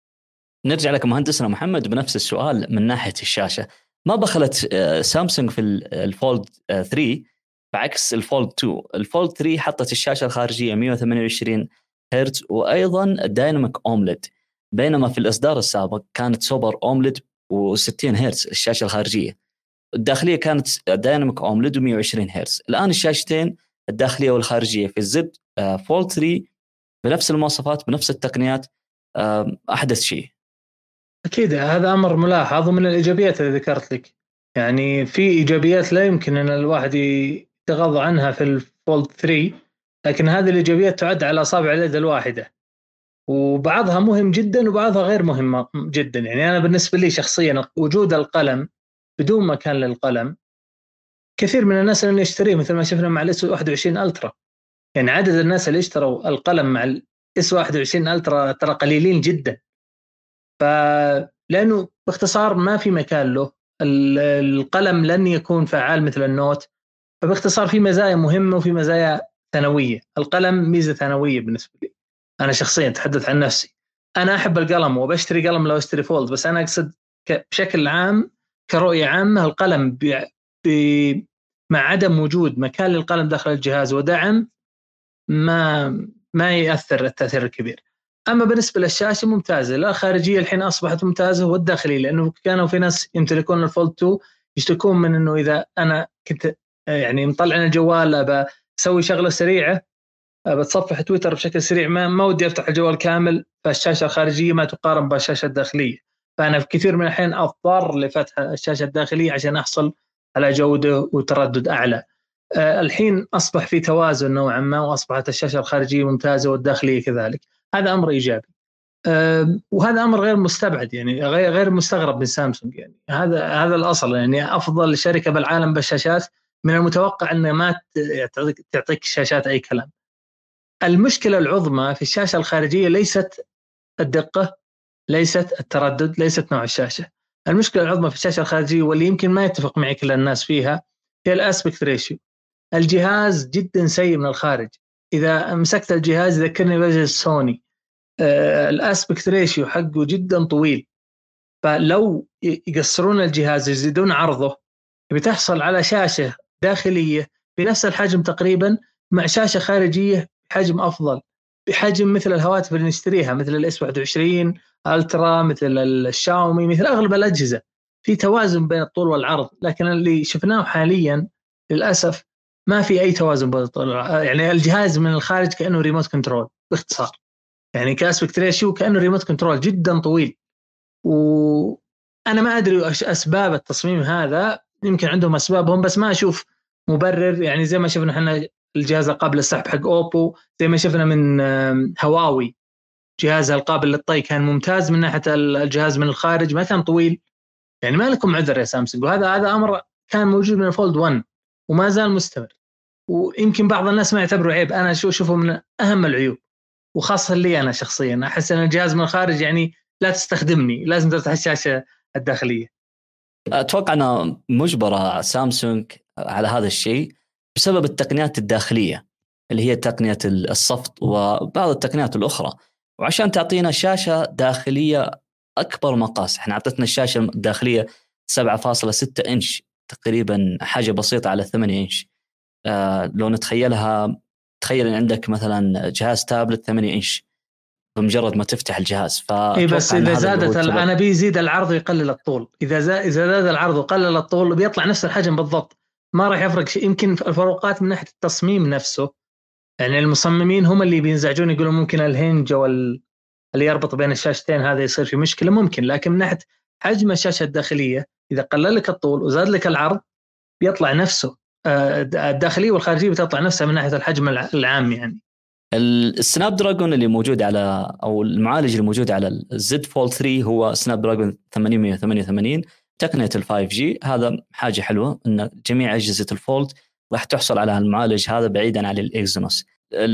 Speaker 2: نرجع لك مهندسنا محمد بنفس السؤال من ناحية الشاشة. ما بخلت سامسونج في الفولد ثري بعكس الفولد تو. الفولد ثري حطت الشاشة الخارجية مئة وثمانية وعشرين هرتز وأيضا دايناميك أومليد، بينما في الإصدار السابق كانت سوبر أومليد و60 هرتز الشاشة الخارجية. الداخلية كانت دايناميك أومليد و120 هرتز. الآن الشاشتين الداخلية والخارجية في الزد فولد ثري بنفس المواصفات بنفس التقنيات، أحدث شيء.
Speaker 3: أكيد هذا أمر ملاحظ ومن الإيجابيات اللي ذكرت لك. يعني في إيجابيات لا يمكن أن الواحد يتغاضى عنها في الفولد ثري، لكن هذه الإيجابيات تعد على أصابع اليد الواحدة، وبعضها مهم جدا وبعضها غير مهم جدا. يعني أنا بالنسبة لي شخصيا وجود القلم بدون مكان للقلم، كثير من الناس اللي يشتريه مثل ما شفنا مع الاس واحد وعشرين ألترا. يعني عدد الناس اللي اشتروا القلم مع الاس واحد وعشرين ألترا ترى قليلين جدا، فلأنه باختصار ما في مكان له. القلم لن يكون فعال مثل النوت، فباختصار في مزايا مهمة وفي مزايا ثانوية. القلم ميزة ثانوية بالنسبة لي أنا شخصيا، أتحدث عن نفسي. أنا أحب القلم وبشتري قلم لو اشتري فولد، بس أنا أقصد بشكل عام كرؤية عامة القلم ب... ب... مع عدم وجود مكان للقلم داخل الجهاز ودعم ما ما يأثر التأثير الكبير. أما بالنسبة للشاشة ممتازة، لا خارجية الحين أصبحت ممتازة والداخلية، لأنه كانوا في ناس يمتلكون الفولد تو يشتكون من أنه إذا أنا كنت يعني مطلع الجوال أبى أسوي شغلة سريعة، بتصفح تويتر بشكل سريع، ما ما ودي أفتح الجوال كامل، فالشاشة الخارجية ما تقارن بالشاشة الداخلية. فأنا في كثير من الحين أضطر لفتح الشاشة الداخلية عشان أحصل على جودة وتردد أعلى. أه الحين أصبح في توازن نوعا ما، وأصبحت الشاشة الخارجية ممتازة والداخلية كذلك. هذا أمر إيجابي، أه وهذا أمر غير مستبعد، يعني غير غير مستغرب من سامسونج. يعني هذا هذا الأصل، يعني أفضل شركة بالعالم بالشاشات، من المتوقع أن ما تعطيك تعطيك شاشات أي كلام. المشكلة العظمى في الشاشة الخارجية ليست الدقة، ليست التردد، ليست نوع الشاشة. المشكلة العظمى في الشاشة الخارجية واللي يمكن ما يتفق معي كل الناس فيها هي الاسبكت ريشيو. الجهاز جدا سيء من الخارج. إذا مسكت الجهاز ذكرني بجهاز سوني، آه الاسبكت ريشيو حقه جدا طويل، فلو يقصرون الجهاز يزيدون عرضه بتحصل على شاشة داخلية بنفس الحجم تقريبا مع شاشة خارجية بحجم أفضل، بحجم مثل الهواتف اللي نشتريها مثل الاس واحد وعشرين ألترا، مثل الشاومي، مثل أغلب الأجهزة. في توازن بين الطول والعرض، لكن اللي شفناه حاليا للأسف ما في أي توازن بالطول. يعني الجهاز من الخارج كأنه ريموت كنترول باختصار، يعني كاسبكت ريشيو كأنه ريموت كنترول جدا طويل. وأنا ما أدري إيش أسباب التصميم هذا، يمكن عندهم أسبابهم بس ما أشوف مبرر. يعني زي ما شفنا احنا الجهاز القابل للسحب حق أوبو، زي ما شفنا من هواوي جهازها القابل للطي كان ممتاز من ناحية الجهاز من الخارج، ما كان طويل. يعني ما لكم عذر يا سامسونج، وهذا هذا أمر كان موجود من الفولد واحد وما زال مستمر. ويمكن بعض الناس ما يعتبره عيب، أنا شو أشوفه من أهم العيوب، وخاصة لي أنا شخصيا أحس أن الجهاز من الخارج يعني لا تستخدمني، لازم تفتح الشاشة الداخلية.
Speaker 2: أتوقع أن مجبرة سامسونج على هذا الشيء بسبب التقنيات الداخلية اللي هي تقنية الصفط وبعض التقنيات الأخرى، وعشان تعطينا شاشة داخلية أكبر مقاس. احنا عطتنا الشاشة الداخلية سبعة فاصلة ستة إنش، تقريبا حاجة بسيطة على ثمانية إنش. آه لو نتخيلها، تخيل أن عندك مثلا جهاز تابلت ثمانية إنش بمجرد ما تفتح الجهاز.
Speaker 3: إيه بس إذا زادت أنا بيزيد العرض ويقلل الطول، إذا زاد إذا زاد العرض وقلل الطول بيطلع نفس الحجم بالضبط، ما راح يفرق شيء. يمكن الفروقات من ناحية التصميم نفسه، يعني المصممين هم اللي بينزعجون يقولون ممكن الهنج وال اللي يربط بين الشاشتين هذا يصير في مشكلة ممكن، لكن من ناحية حجم الشاشة الداخلية إذا قلل لك الطول وزاد لك العرض بيطلع نفسه. الداخلية والخارجية بتطلع نفسها من ناحية الحجم العام. يعني
Speaker 2: السناب دراجون اللي موجود على أو المعالج اللي موجود على الزد فولد ثري هو سناب دراجون ثمانمية وثمانية وثمانين تقنية الفايف جي. هذا حاجة حلوة إن جميع أجهزة الفولد راح تحصل على المعالج هذا بعيدا عن الإكزينوس.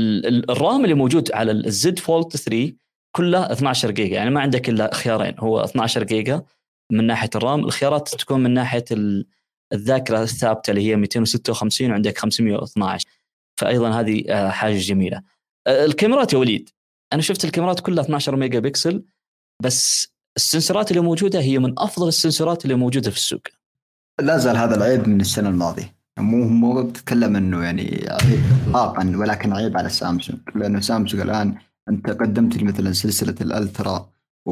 Speaker 2: الرام اللي موجود على الزد فولد ثري كلها اثنا عشر جيجا، يعني ما عندك إلا خيارين، هو اثنا عشر جيجا من ناحية الرام، الخيارات تكون من ناحية الذاكرة الثابتة اللي هي مئتين وستة وخمسين وعندك خمسمية واثنا عشر، فأيضا هذه حاجة جميلة. الكاميرات يا وليد، أنا شفت الكاميرات كلها اثنا عشر ميجا بكسل، بس السنسورات اللي موجودة هي من أفضل السنسورات اللي موجودة في السوق.
Speaker 4: لا زال هذا العيب من السنة الماضية، مو مو بتتكلم إنه يعني عيب إطلاقا، ولكن عيب على سامسونج، لأنه سامسونج الآن أنت قدمت لي مثلا سلسلة الألترا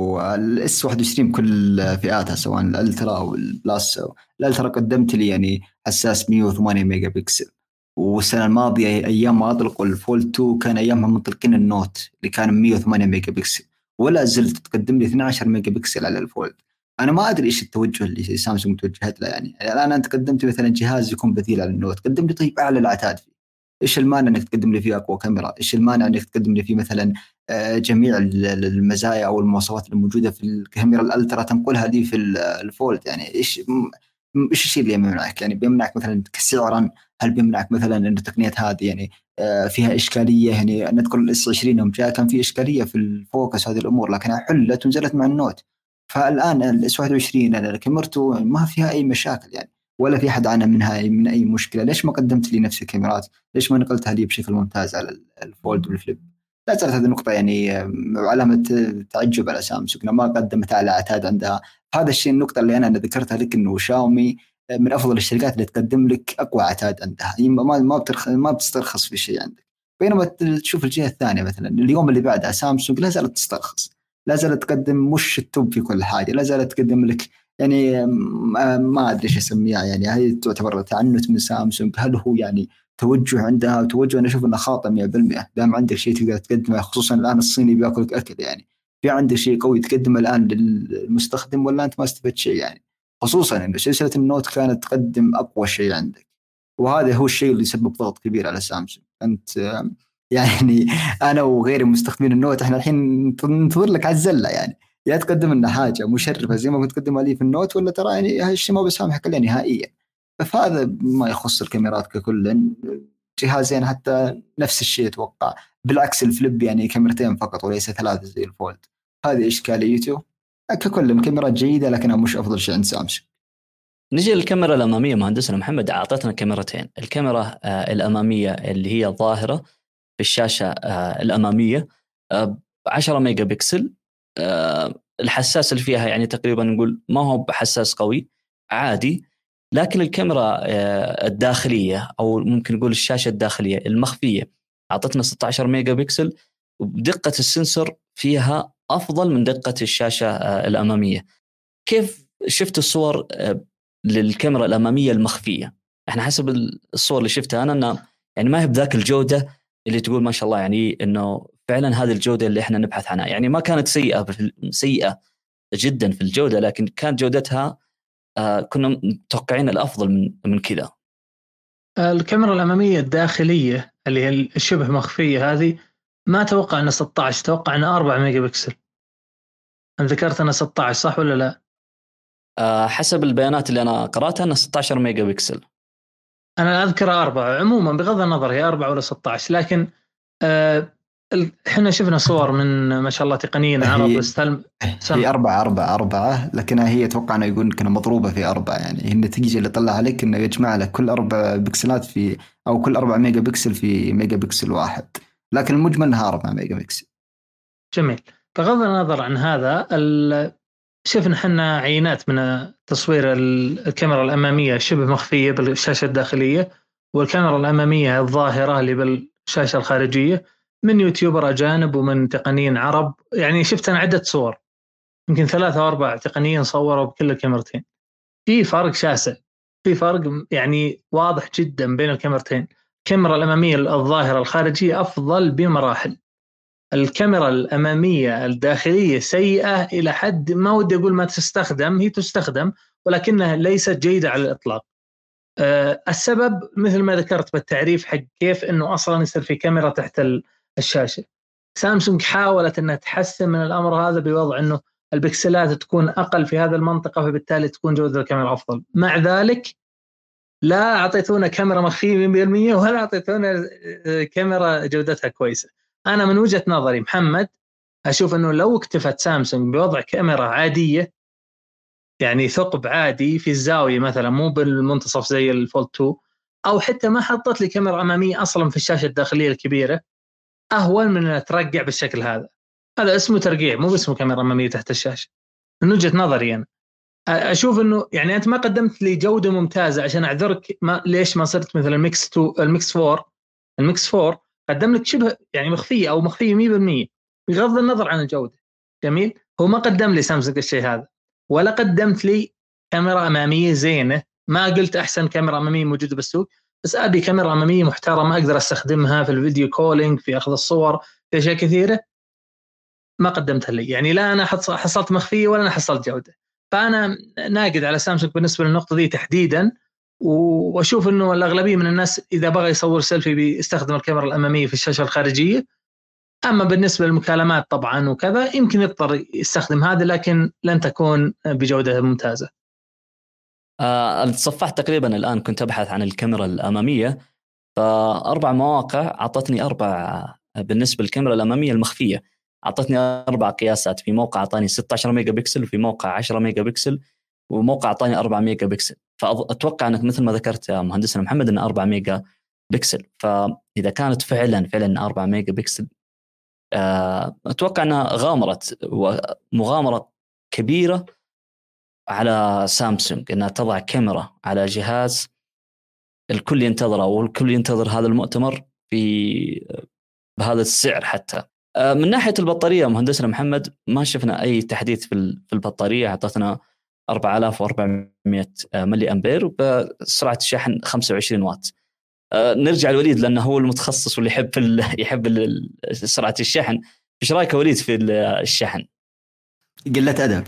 Speaker 4: والإس واحد وعشرين بكل فئاتها سواء الألترا أو البلاس. الألترا قدمت لي يعني حساس مية وثمانية ميجا بكسل، والسنة الماضية أيام ما أطلقوا الفولد تو كان أيامها مطلقين النوت اللي كان مية وثمانية ميجا بكسل، ولا زلت تقدم لي اثنا عشر ميجا بكسل على الفولد. أنا ما أدري إيش التوجه اللي سامسونج توجهت له. يعني الآن أنت قدمت مثلا جهاز يكون بديل على النوت، قدم لي طيب أعلى العتاد فيه، إيش المانع إنك تقدم لي فيه أقوى كاميرا؟ إيش المانع إنك تقدم لي فيه مثلا جميع المزايا أو المواصفات الموجودة في الكاميرا الألترا تنقلها لي في الفولد؟ يعني إيش إيش الشيء اللي يمنعك؟ يعني بيمنعك مثلا كسعرا؟ هل بيمنعك مثلا أن التقنيات هذه يعني فيها إشكالية؟ يعني نذكر الإس عشرين يوم جاء كان في إشكالية في الفوكس هذه الأمور، لكنها حلت ونزلت مع النوت. فالآن الإس واحد وعشرين كاميرته ما فيها أي مشاكل يعني، ولا في حد عانى منها من أي مشكلة. ليش ما قدمت لي نفس الكاميرات؟ ليش ما نقلتها لي بشكل ممتاز على الفولد والفليب؟ لا زالت هذه النقطة يعني علامة تعجب على سامسونج، ما قدمت على عتاد عندها. هذا الشيء النقطة اللي أنا ذكرتها لك، إنه شاومي من أفضل الشركات اللي تقدم لك أقوى عتاد عندها، ما ما بترخص ما بتسترخص في شيء عندك. بينما تشوف الجهة الثانية مثلا اليوم اللي بعدها سامسونج لا زالت تسترخص، لا زالت تقدم مش التوب في كل حاجة، لا زالت تقدم لك يعني ما أدري إيش أسميها. يعني هذه تعتبر تعنت من سامسونج. هل هو يعني توجه عندها؟ وتوجه أنا أشوف إنه خاطئ مئة بالمئة. دام عندك شيء تقدر تقدمه، خصوصا الآن الصيني بياكلك أكل، يعني في عندك شيء قوي تقدمه الآن للمستخدم ولا أنت ما استفدت شيء؟ يعني خصوصا إنه سلسلة النوت كانت تقدم أقوى شيء عندك، وهذا هو الشيء اللي يسبب ضغط كبير على سامسونج. أنت يعني أنا وغيري مستخدمين النوت إحنا الحين ننتظر لك على الزلة، يعني يا تقدم لنا حاجة مشرفة زي ما كنت تقدم لي في النوت، ولا ترى يعني هالشيء ما بسامحك إلا نهائيا. فهذا ما يخص الكاميرات ككل، جهازين حتى نفس الشيء أتوقع، بالعكس الفليب يعني كاميرتين فقط وليس ثلاثة زي الفولد. هذه إشكاليته. ككل كاميرات جيدة لكنها مش أفضل شيء عند سامسونج.
Speaker 2: نجي للكاميرا الأمامية. مهندسنا محمد أعطتنا كاميرتين، الكاميرا آه الأمامية اللي هي ظاهرة في الشاشة آه الأمامية آه عشرة ميجا بكسل، آه الحساس اللي فيها يعني تقريبا نقول ما هو بحساس قوي عادي، لكن الكاميرا آه الداخلية أو ممكن نقول الشاشة الداخلية المخفية أعطتنا ستة عشر ميجا بكسل، ودقة السنسور فيها أفضل من دقة الشاشة آه الأمامية. كيف شفت الصور آه للكاميرا الأمامية المخفية؟ احنا حسب الصور اللي شفتها انا انه يعني ما هي بذاك الجوده اللي تقول ما شاء الله يعني انه فعلا هذه الجوده اللي احنا نبحث عنها. يعني ما كانت سيئه سيئه جدا في الجوده، لكن كانت جودتها آه كنا متوقعين الافضل من من كذا.
Speaker 3: الكاميرا الاماميه الداخليه اللي هي الشبه مخفيه هذه ما توقع انها ستة عشر، توقع انها أربعة ميجا بكسل. انا ذكرت انها ستة عشر صح ولا لا؟
Speaker 2: آه حسب البيانات اللي انا قراتها انها ستة عشر ميجا بكسل.
Speaker 3: انا اذكر أربعة عموما، بغض النظر هي أربعة ولا ستة عشر، لكن آه احنا شفنا صور من ما شاء الله تقنيين عرب استلم.
Speaker 4: هي أربعة أربعة أربعة لكنها هي توقعنا يقول كنا مضروبة في أربعة، يعني النتيجة اللي طلعها لك إنه يجمع لك كل أربع بكسلات في أو كل أربع ميجا بكسل في ميجا بكسل واحد، لكن المجمل إنها أربعة ميجا بكسل.
Speaker 3: جميل. بغض النظر عن هذا، شفنا حنا عينات من تصوير الكاميرا الأمامية شبه مخفية بالشاشة الداخلية، والكاميرا الأمامية الظاهرة اللي بالشاشة الخارجية من يوتيوبر أجانب ومن تقنيين عرب. يعني شفت أنا عدة صور، يمكن ثلاثة أو أربع تقنيين صوروا بكل الكاميرتين. في فرق شاسع، في فرق يعني واضح جدا بين الكاميرتين. الكاميرا الأمامية الظاهرة الخارجية أفضل بمراحل. الكاميرا الأمامية الداخلية سيئة إلى حد ما ودي أقول ما تستخدم، هي تستخدم ولكنها ليست جيدة على الإطلاق. أه السبب مثل ما ذكرت بالتعريف حق كيف أنه أصلا يصير في كاميرا تحت الشاشة. سامسونج حاولت أنها تحسن من الأمر هذا بوضع أنه البكسلات تكون أقل في هذه المنطقة، فبالتالي تكون جودة الكاميرا أفضل. مع ذلك لا أعطيتونا كاميرا مخفية مية بالمية ولا أعطيتونا كاميرا جودتها كويسة. أنا من وجهة نظري محمد أشوف أنه لو اكتفت سامسونج بوضع كاميرا عادية، يعني ثقب عادي في الزاوية مثلا مو بالمنتصف زي الفولد تو، أو حتى ما حطت لي كاميرا أمامية أصلا في الشاشة الداخلية الكبيرة، أهون من أن ترجع بالشكل هذا. هذا اسمه ترقيع مو اسمه كاميرا أمامية تحت الشاشة من وجهة نظري أنا. أشوف أنه يعني أنت ما قدمت لي جودة ممتازة عشان أعذرك ما ليش ما صرت مثل الميكس تو الميكس فور. الميكس فور قدم لك شبه يعني مخفية أو مخفية مية بالمية بغض النظر عن الجودة. جميل. هو ما قدم لي سامسونج الشيء هذا، ولا قدمت لي كاميرا أمامية زينة. ما قلت أحسن كاميرا أمامية موجودة بالسوق، بس أبي كاميرا أمامية محترمة أقدر أستخدمها في الفيديو كولينج، في أخذ الصور، في أشياء كثيرة ما قدمتها لي. يعني لا أنا حصلت مخفية ولا أنا حصلت جودة. فأنا ناقد على سامسونج بالنسبة للنقطة دي تحديدا، وأشوف أنه الأغلبية من الناس إذا بغى يصور سيلفي بيستخدم الكاميرا الأمامية في الشاشة الخارجية. أما بالنسبة للمكالمات طبعا وكذا يمكن يضطر يستخدم هذا، لكن لن تكون بجودة ممتازة.
Speaker 2: آه صفحت تقريبا الآن كنت أبحث عن الكاميرا الأمامية، فأربع مواقع أعطتني أربع بالنسبة للكاميرا الأمامية المخفية، أعطتني أربع قياسات. في موقع أعطاني ستة عشر ميجا بكسل، وفي موقع عشرة ميجا بكسل، وموقع أعطاني أربعة ميجا بكسل. فأتوقع أنك مثل ما ذكرت يا مهندسنا محمد أن أربعة ميجا بكسل. فإذا كانت فعلا فعلا أربعة ميجا بكسل أتوقع أنها غامرت ومغامرة كبيرة على سامسونج أنها تضع كاميرا على جهاز الكل ينتظره، والكل ينتظر هذا المؤتمر في بهذا السعر. حتى من ناحية البطارية مهندسنا محمد ما شفنا أي تحديث في البطارية. أعطتنا أربعة آلاف وأربعمائة ملي أمبير وبسرعة الشحن خمسة وعشرين واط. نرجع لوليد لأنه هو المتخصص واللي يحب يحب سرعة الشحن. إيش رأيك وليد في الشحن؟
Speaker 4: قلة أدب.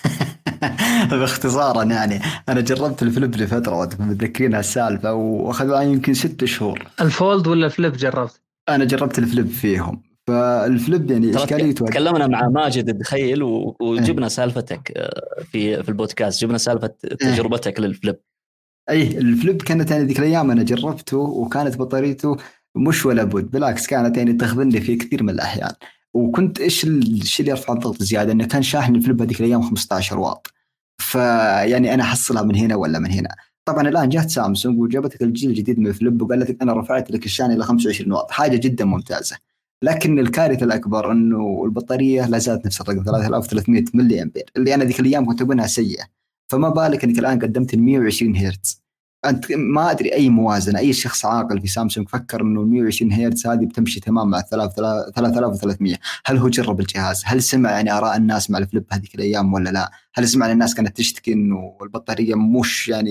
Speaker 4: باختصارا يعني أنا جربت الفليب لفترة وأنتم متذكرين هالسالفة وأخذ معي يمكن ست شهور.
Speaker 3: الفولد ولا الفليب جربت؟
Speaker 4: أنا جربت الفليب فيهم. فالفليب يعني إشكاليته
Speaker 2: تكلمنا مع ماجد تخيل وجبنا سالفتك في في البودكاست، جبنا سالفة تجربتك للفليب.
Speaker 4: أي الفليب كانت يعني ذيك الأيام أنا جربته وكانت بطاريته مش ولا بد، بالعكس كانت يعني تخذلني في كثير من الأحيان. وكنت إيش الشيء اللي يرفع الضغط زيادة إنه كان شاحن الفليب هذيك الأيام خمسة عشر واط، فيعني أنا حصلها من هنا ولا من هنا. طبعا الآن جات سامسونج وجابتك الجيل الجديد من الفليب وقالت لك أنا رفعت لك الشاحن إلى خمسة وعشرين واط، حاجة جدا ممتازة. لكن الكارثة الأكبر إنه البطارية لا زالت نفس الرقم ثلاثة آلاف وثلاثمائة ملي أمبير اللي أنا ذيك الأيام كنت أقولها سيئة. فما بالك إنك الآن قدمت مئة وعشرين هرتز. أنت ما أدري أي موازنة أي شخص عاقل في سامسونج فكر إنه مئة وعشرين هرتز هذه بتمشي تمام مع ثلاثة آلاف وثلاثمائة. هل هو جرب الجهاز؟ هل سمع يعني آراء الناس مع الفليب هذيك الأيام ولا لا؟ هل سمع الناس كانت تشتكي إنه البطارية مش يعني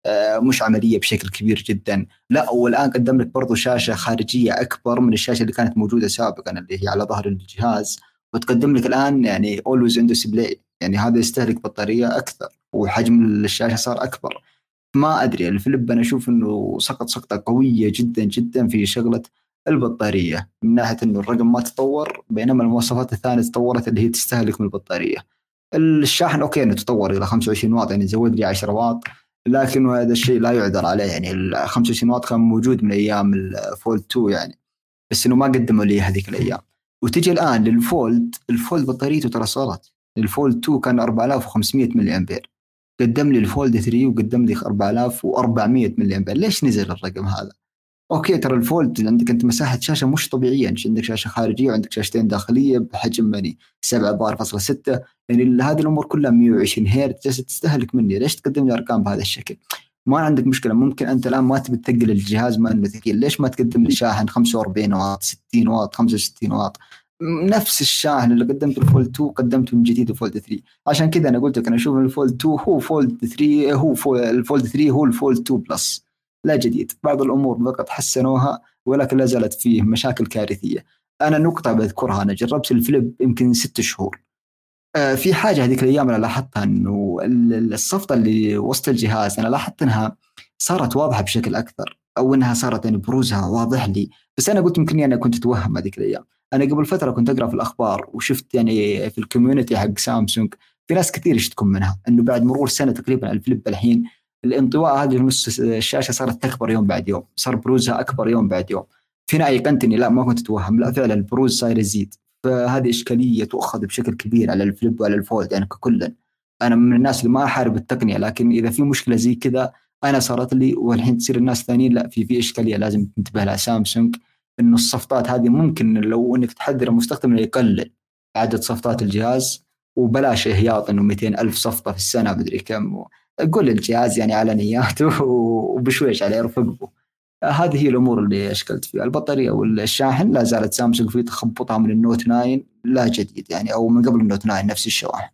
Speaker 4: مش عملية بشكل كبير جدا. لا، والآن قدم لك برضو شاشة خارجية أكبر من الشاشة اللي كانت موجودة سابقا اللي هي على ظهر الجهاز، وتقدم لك الآن يعني always in display، يعني هذا يستهلك بطارية أكثر وحجم الشاشة صار أكبر. ما أدري الفليب أنا أشوف إنه سقط سقطة قوية جدا جدا في شغلة البطارية، من ناحية إنه الرقم ما تطور بينما المواصفات الثانية تطورت اللي هي تستهلك من البطارية. الشاحن أوكي إنه تطور إلى خمسة وعشرين واط، يعني زود لي عشرة واط، لكن هذا الشيء لا يعذر عليه. يعني ال خمسة وعشرين واط كان موجود من أيام الفولد تو يعني، بس إنه ما قدموا لي هذيك الأيام. وتجي الآن للفولد، الفولد بطاريته ترى صارت الفولد تو كان أربعة آلاف وخمسمائة ملي أمبير، قدم لي الفولد ثري وقدم لي أربعة آلاف وأربعمائة ملي أمبير. ليش نزل الرقم هذا؟ أوكي ترى الفولد عندك أنت مساحة شاشة مش طبيعية، عندك شاشة خارجية وعندك شاشتين داخلية بحجم يعني سبعة بار فاصلة ستة، يعني هذه الأمور كلها مئة وعشرين هرتز تستهلك مني. ليش تقدم لي أرقام بهذا الشكل؟ ما عندك مشكلة، ممكن أنت الآن ما تبي تثقل الجهاز ما إنه ثقيل، ليش ما تقدم لي شاحن خمسة وأربعين واط ستين واط خمسة وستين واط؟ نفس الشاحن اللي قدمته الفولد تو قدمته من جديد الفولد ثري. عشان كذا أنا قلت لك أنا أشوف الفولد تو هو فولد ثري، هو الفولد ثري هو الفولد تو بلس، لا جديد. بعض الأمور فقط حسنوها ولكن لا زالت فيه مشاكل كارثية. أنا نقطة بذكرها، أنا جربت الفليب يمكن ست شهور. آه في حاجة هذيك الأيام أنا لاحظتها إنه الصفطة اللي وسط الجهاز أنا لاحظت إنها صارت واضحة بشكل أكثر، أو إنها صارت يعني بروزها واضح لي. بس أنا قلت يمكن أنا كنت أتوهم هذيك الأيام. أنا قبل فترة كنت أقرأ في الأخبار وشفت يعني في الكوميونتي حق سامسونج في ناس كثير يشتكون منها إنه بعد مرور سنة تقريبا الفليب الحين الانطواء هذه نص الشاشة صارت تكبر يوم بعد يوم، صار بروزها أكبر يوم بعد يوم. فينا أيقنتني لا ما كنت أتوهم، لا فعلا البروز صار يزيد. فهذه إشكالية تؤخذ بشكل كبير على الفليب وعلى الفولد يعني ككل. أنا من الناس اللي ما أحارب التقنية، لكن إذا في مشكلة زي كذا أنا صارت لي والحين تصير الناس ثانيين لا في في إشكالية لازم تنتبه لها سامسونج، إنه الصفطات هذه ممكن لو إنك تحذر المستخدم يقلل عدد صفطات الجهاز وبلاش إهياط إنه مئتين ألف صفطة في السنة بدري كم، قول الجهاز يعني على نياته وبشويش عليه رفقه. هذه هي الأمور اللي أشكلت فيها. البطارية والشاحن لا زالت سامسونج في تخبطها من النوت تسعة لا جديد يعني، أو من قبل النوت تسعة نفس الشواحن.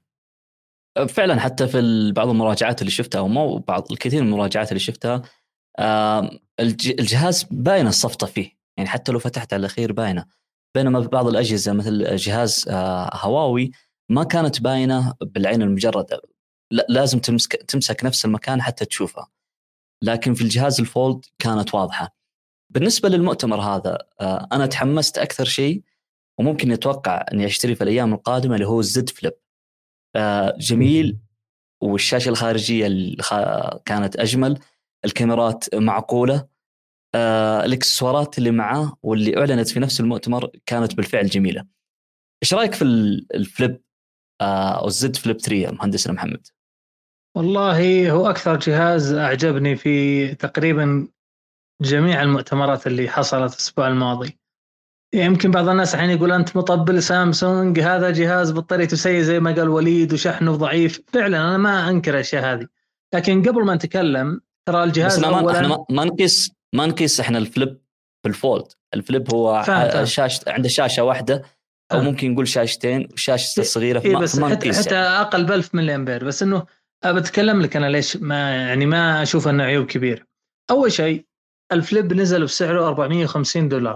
Speaker 2: فعلا حتى في بعض المراجعات اللي شفتها ومو بعض الكثير من المراجعات اللي شفتها الجهاز باينة الصفطة فيه، يعني حتى لو فتحت على الأخير باينة، بينما في بعض الأجهزة مثل جهاز هواوي ما كانت باينة بالعين المجردة، لازم تمسك تمسك نفس المكان حتى تشوفها، لكن في الجهاز الفولد كانت واضحة. بالنسبة للمؤتمر هذا أنا تحمست أكثر شيء وممكن نتوقع أني أشتري في الأيام القادمة اللي هو الزد فليب. جميل، والشاشة الخارجية كانت أجمل، الكاميرات معقولة، الإكسسوارات اللي معاه واللي أعلنت في نفس المؤتمر كانت بالفعل جميلة. إيش رأيك في الفليب أو الزد فليب ثري مهندسنا محمد؟
Speaker 3: والله هو أكثر جهاز أعجبني في تقريبا جميع المؤتمرات اللي حصلت الأسبوع الماضي. يمكن بعض الناس الحين يقول أنت مطبل سامسونج، هذا جهاز بطاريته سيء زي ما قال وليد وشحنه ضعيف. فعلا أنا ما أنكر الأشياء هذه، لكن قبل ما نتكلم ترى الجهاز
Speaker 2: بس
Speaker 3: أولا
Speaker 2: احنا ما نقيس ما نقيس احنا الفليب بالفولد. الفليب هو شاشة عنده شاشة واحدة أو آه. ممكن نقول شاشتين وشاشة الصغيرة
Speaker 3: إيه بس حتى, حتى يعني. أقل بألف ملي أمبير. بس إنه بتكلم لك أنا ليش ما يعني ما أشوف أنه عيوب كبير. أول شيء الفليب نزل بسعره أربعمائة وخمسين دولار،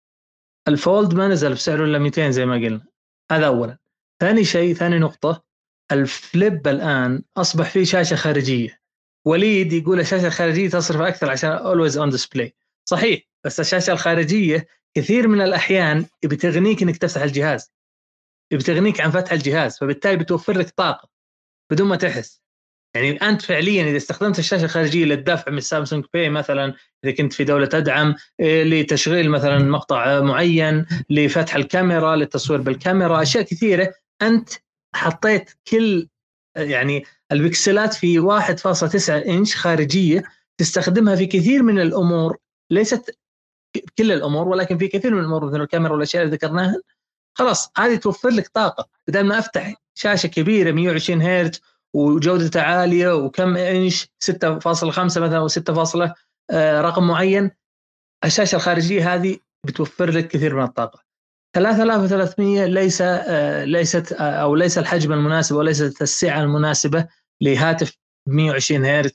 Speaker 3: الفولد ما نزل بسعره إلا مئتين زي ما قلنا. هذا أولا. ثاني شيء ثاني نقطة، الفليب الآن أصبح فيه شاشة خارجية. وليد يقول الشاشة الخارجية تصرف أكثر عشان always on display، صحيح، بس الشاشة الخارجية كثير من الأحيان بتغنيك إنك تفتح الجهاز، بتغنيك عن فتح الجهاز، فبالتالي بتوفر لك طاقة بدون ما تحس. يعني أنت فعليا إذا استخدمت الشاشة الخارجية للدفع من سامسونج باي مثلا، إذا كنت في دولة تدعم لتشغيل مثلا مقطع معين، لفتح الكاميرا، للتصوير بالكاميرا، أشياء كثيرة، أنت حطيت كل يعني البكسلات في واحد فاصلة تسعة إنش خارجية تستخدمها في كثير من الأمور، ليست كل الأمور ولكن في كثير من الأمور مثل الكاميرا والأشياء اللي ذكرناها. خلاص هذه توفر لك طاقة، بدل ما أفتح شاشة كبيرة مئة وعشرين هرتز وجودة عالية وكم إنش ستة فاصلة خمسة مثلا أو ستة فاصلة رقم معين، الشاشة الخارجية هذه بتوفر لك كثير من الطاقة. ثلاثة آلاف وثلاثمائة ليس ليست أو ليس الحجم المناسب وليست السعة المناسبة لهاتف مئة وعشرين هرتز.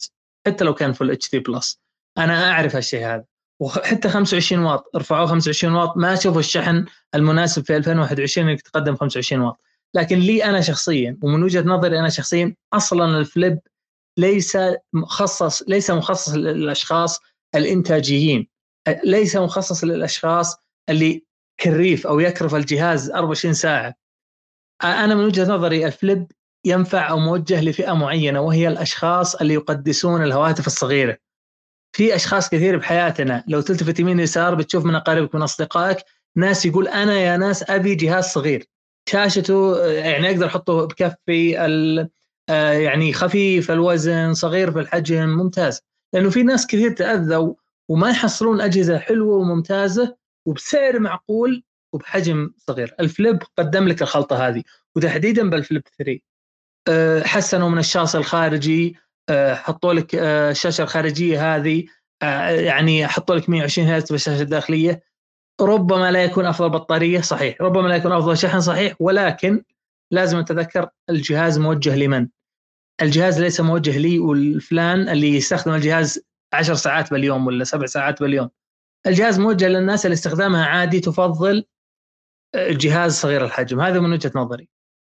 Speaker 3: حتى لو كان فل اتش دي بلس. انا اعرف هالشيء هذا. وحتى خمسة وعشرين واط ارفعوه خمسة وعشرين واط، ما اشوف الشحن المناسب في ألفين وواحد وعشرين انك تقدم خمسة وعشرين واط. لكن لي انا شخصيا ومن وجهة نظري انا شخصيا، اصلا الفليب ليس مخصص ليس مخصص للاشخاص الانتاجيين، ليس مخصص للاشخاص اللي كريف او يكرف الجهاز أربعة وعشرين ساعة. انا من وجهة نظري الفليب ينفع او موجه لفئة معينة، وهي الاشخاص اللي يقدسون الهواتف الصغيرة. في اشخاص كثير بحياتنا لو تلتفت يمين يسار بتشوف من اقاربك من اصدقائك ناس يقول انا يا ناس ابي جهاز صغير شاشته يعني اقدر احطه بكفي، يعني خفيف الوزن، صغير في الحجم، ممتاز. لانه في ناس كثير تاذوا وما يحصلون اجهزه حلوه وممتازه وبسعر معقول وبحجم صغير. الفليب قدم لك الخلطه هذه، وتحديدا بالفليب ثلاثة حسنوا من الشاشه الخارجي، حطوا لك الشاشه الخارجيه هذه، يعني حطوا لك مئة وعشرين هرتز بالشاشه الداخليه. ربما لا يكون افضل بطاريه صحيح، ربما لا يكون افضل شحن صحيح، ولكن لازم نتذكر الجهاز موجه لمن؟ الجهاز ليس موجه لي والفلان اللي يستخدم الجهاز عشر ساعات باليوم ولا سبع ساعات باليوم. الجهاز موجه للناس اللي استخدامها عادي تفضل الجهاز صغير الحجم. هذا من وجهة نظري.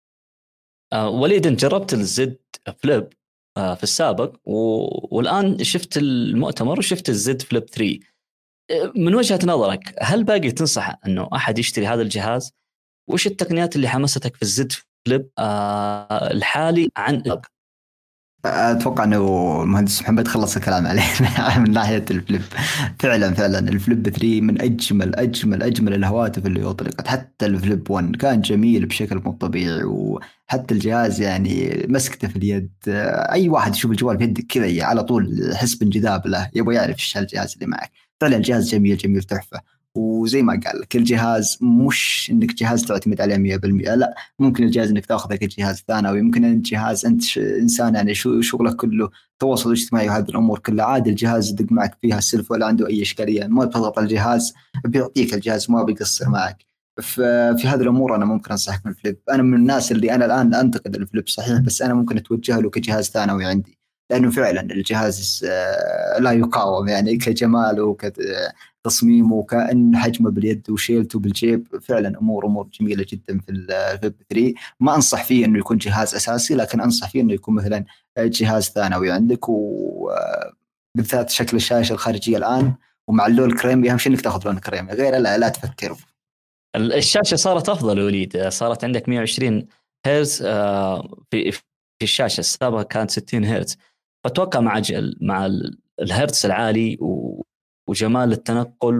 Speaker 2: آه وليد، انت جربت الزد فليب آه في السابق و... والآن شفت المؤتمر وشفت الزد فليب ثلاثة. من وجهة نظرك هل باقي تنصح أنه أحد يشتري هذا الجهاز؟ وش التقنيات اللي حمستك في الزد فليب آه الحالي عن؟
Speaker 4: اتوقع انه المهندس محمد خلص الكلام عليه من ناحيه الفليب. فعلا فعلا الفليب ثلاثة من اجمل اجمل اجمل الهواتف اللي اطلقت. حتى الفليب واحد كان جميل بشكل مو طبيعي، وحتى الجهاز يعني مسكته في اليد، اي واحد يشوف الجوال في يدك كذا على طول يحس بانجذاب له، يبغى يعرف ايش هالجهاز اللي معك. فعلا الجهاز جميل جميل تحفه. وزي ما قال كل جهاز مش انك جهاز تعتمد عليه مية بالمية، لا، ممكن الجهاز انك تاخذه كجهاز ثانوي، يمكن انت جهاز انت انسان يعني شو شغلك كله تواصل اجتماعي وهذه الامور كلها، عادي الجهاز يدق معك فيها السلف ولا عنده اي اشكاليه، ما تضغط الجهاز بيعطيك الجهاز ما بيقصر معك. في هذه الامور انا ممكن انصحك من الفليب. انا من الناس اللي انا الان انتقد الفليب صحيح، بس انا ممكن اتوجه له كجهاز ثانوي عندي، لانه فعلا الجهاز لا يقاوم يعني كجمال وك تصميمه وكأن حجمه باليد وشيلته بالجيب. فعلا أمور أمور جميلة جدا في الفليب ثلاثة. ما أنصح فيه أنه يكون جهاز أساسي، لكن أنصح فيه أنه يكون مثلا جهاز ثانوي عندك، وبالذات شكل الشاشة الخارجية الآن ومع اللون الكريمي. أهم شيء أنك تأخذ لون كريمي، غير لا لا تفكر.
Speaker 2: الشاشة صارت أفضل وليد، صارت عندك مئة وعشرين هرتز في في الشاشة، السابقة كانت ستين هرتز. فأتوقع مع مع الهرتز العالي و وجمال التنقل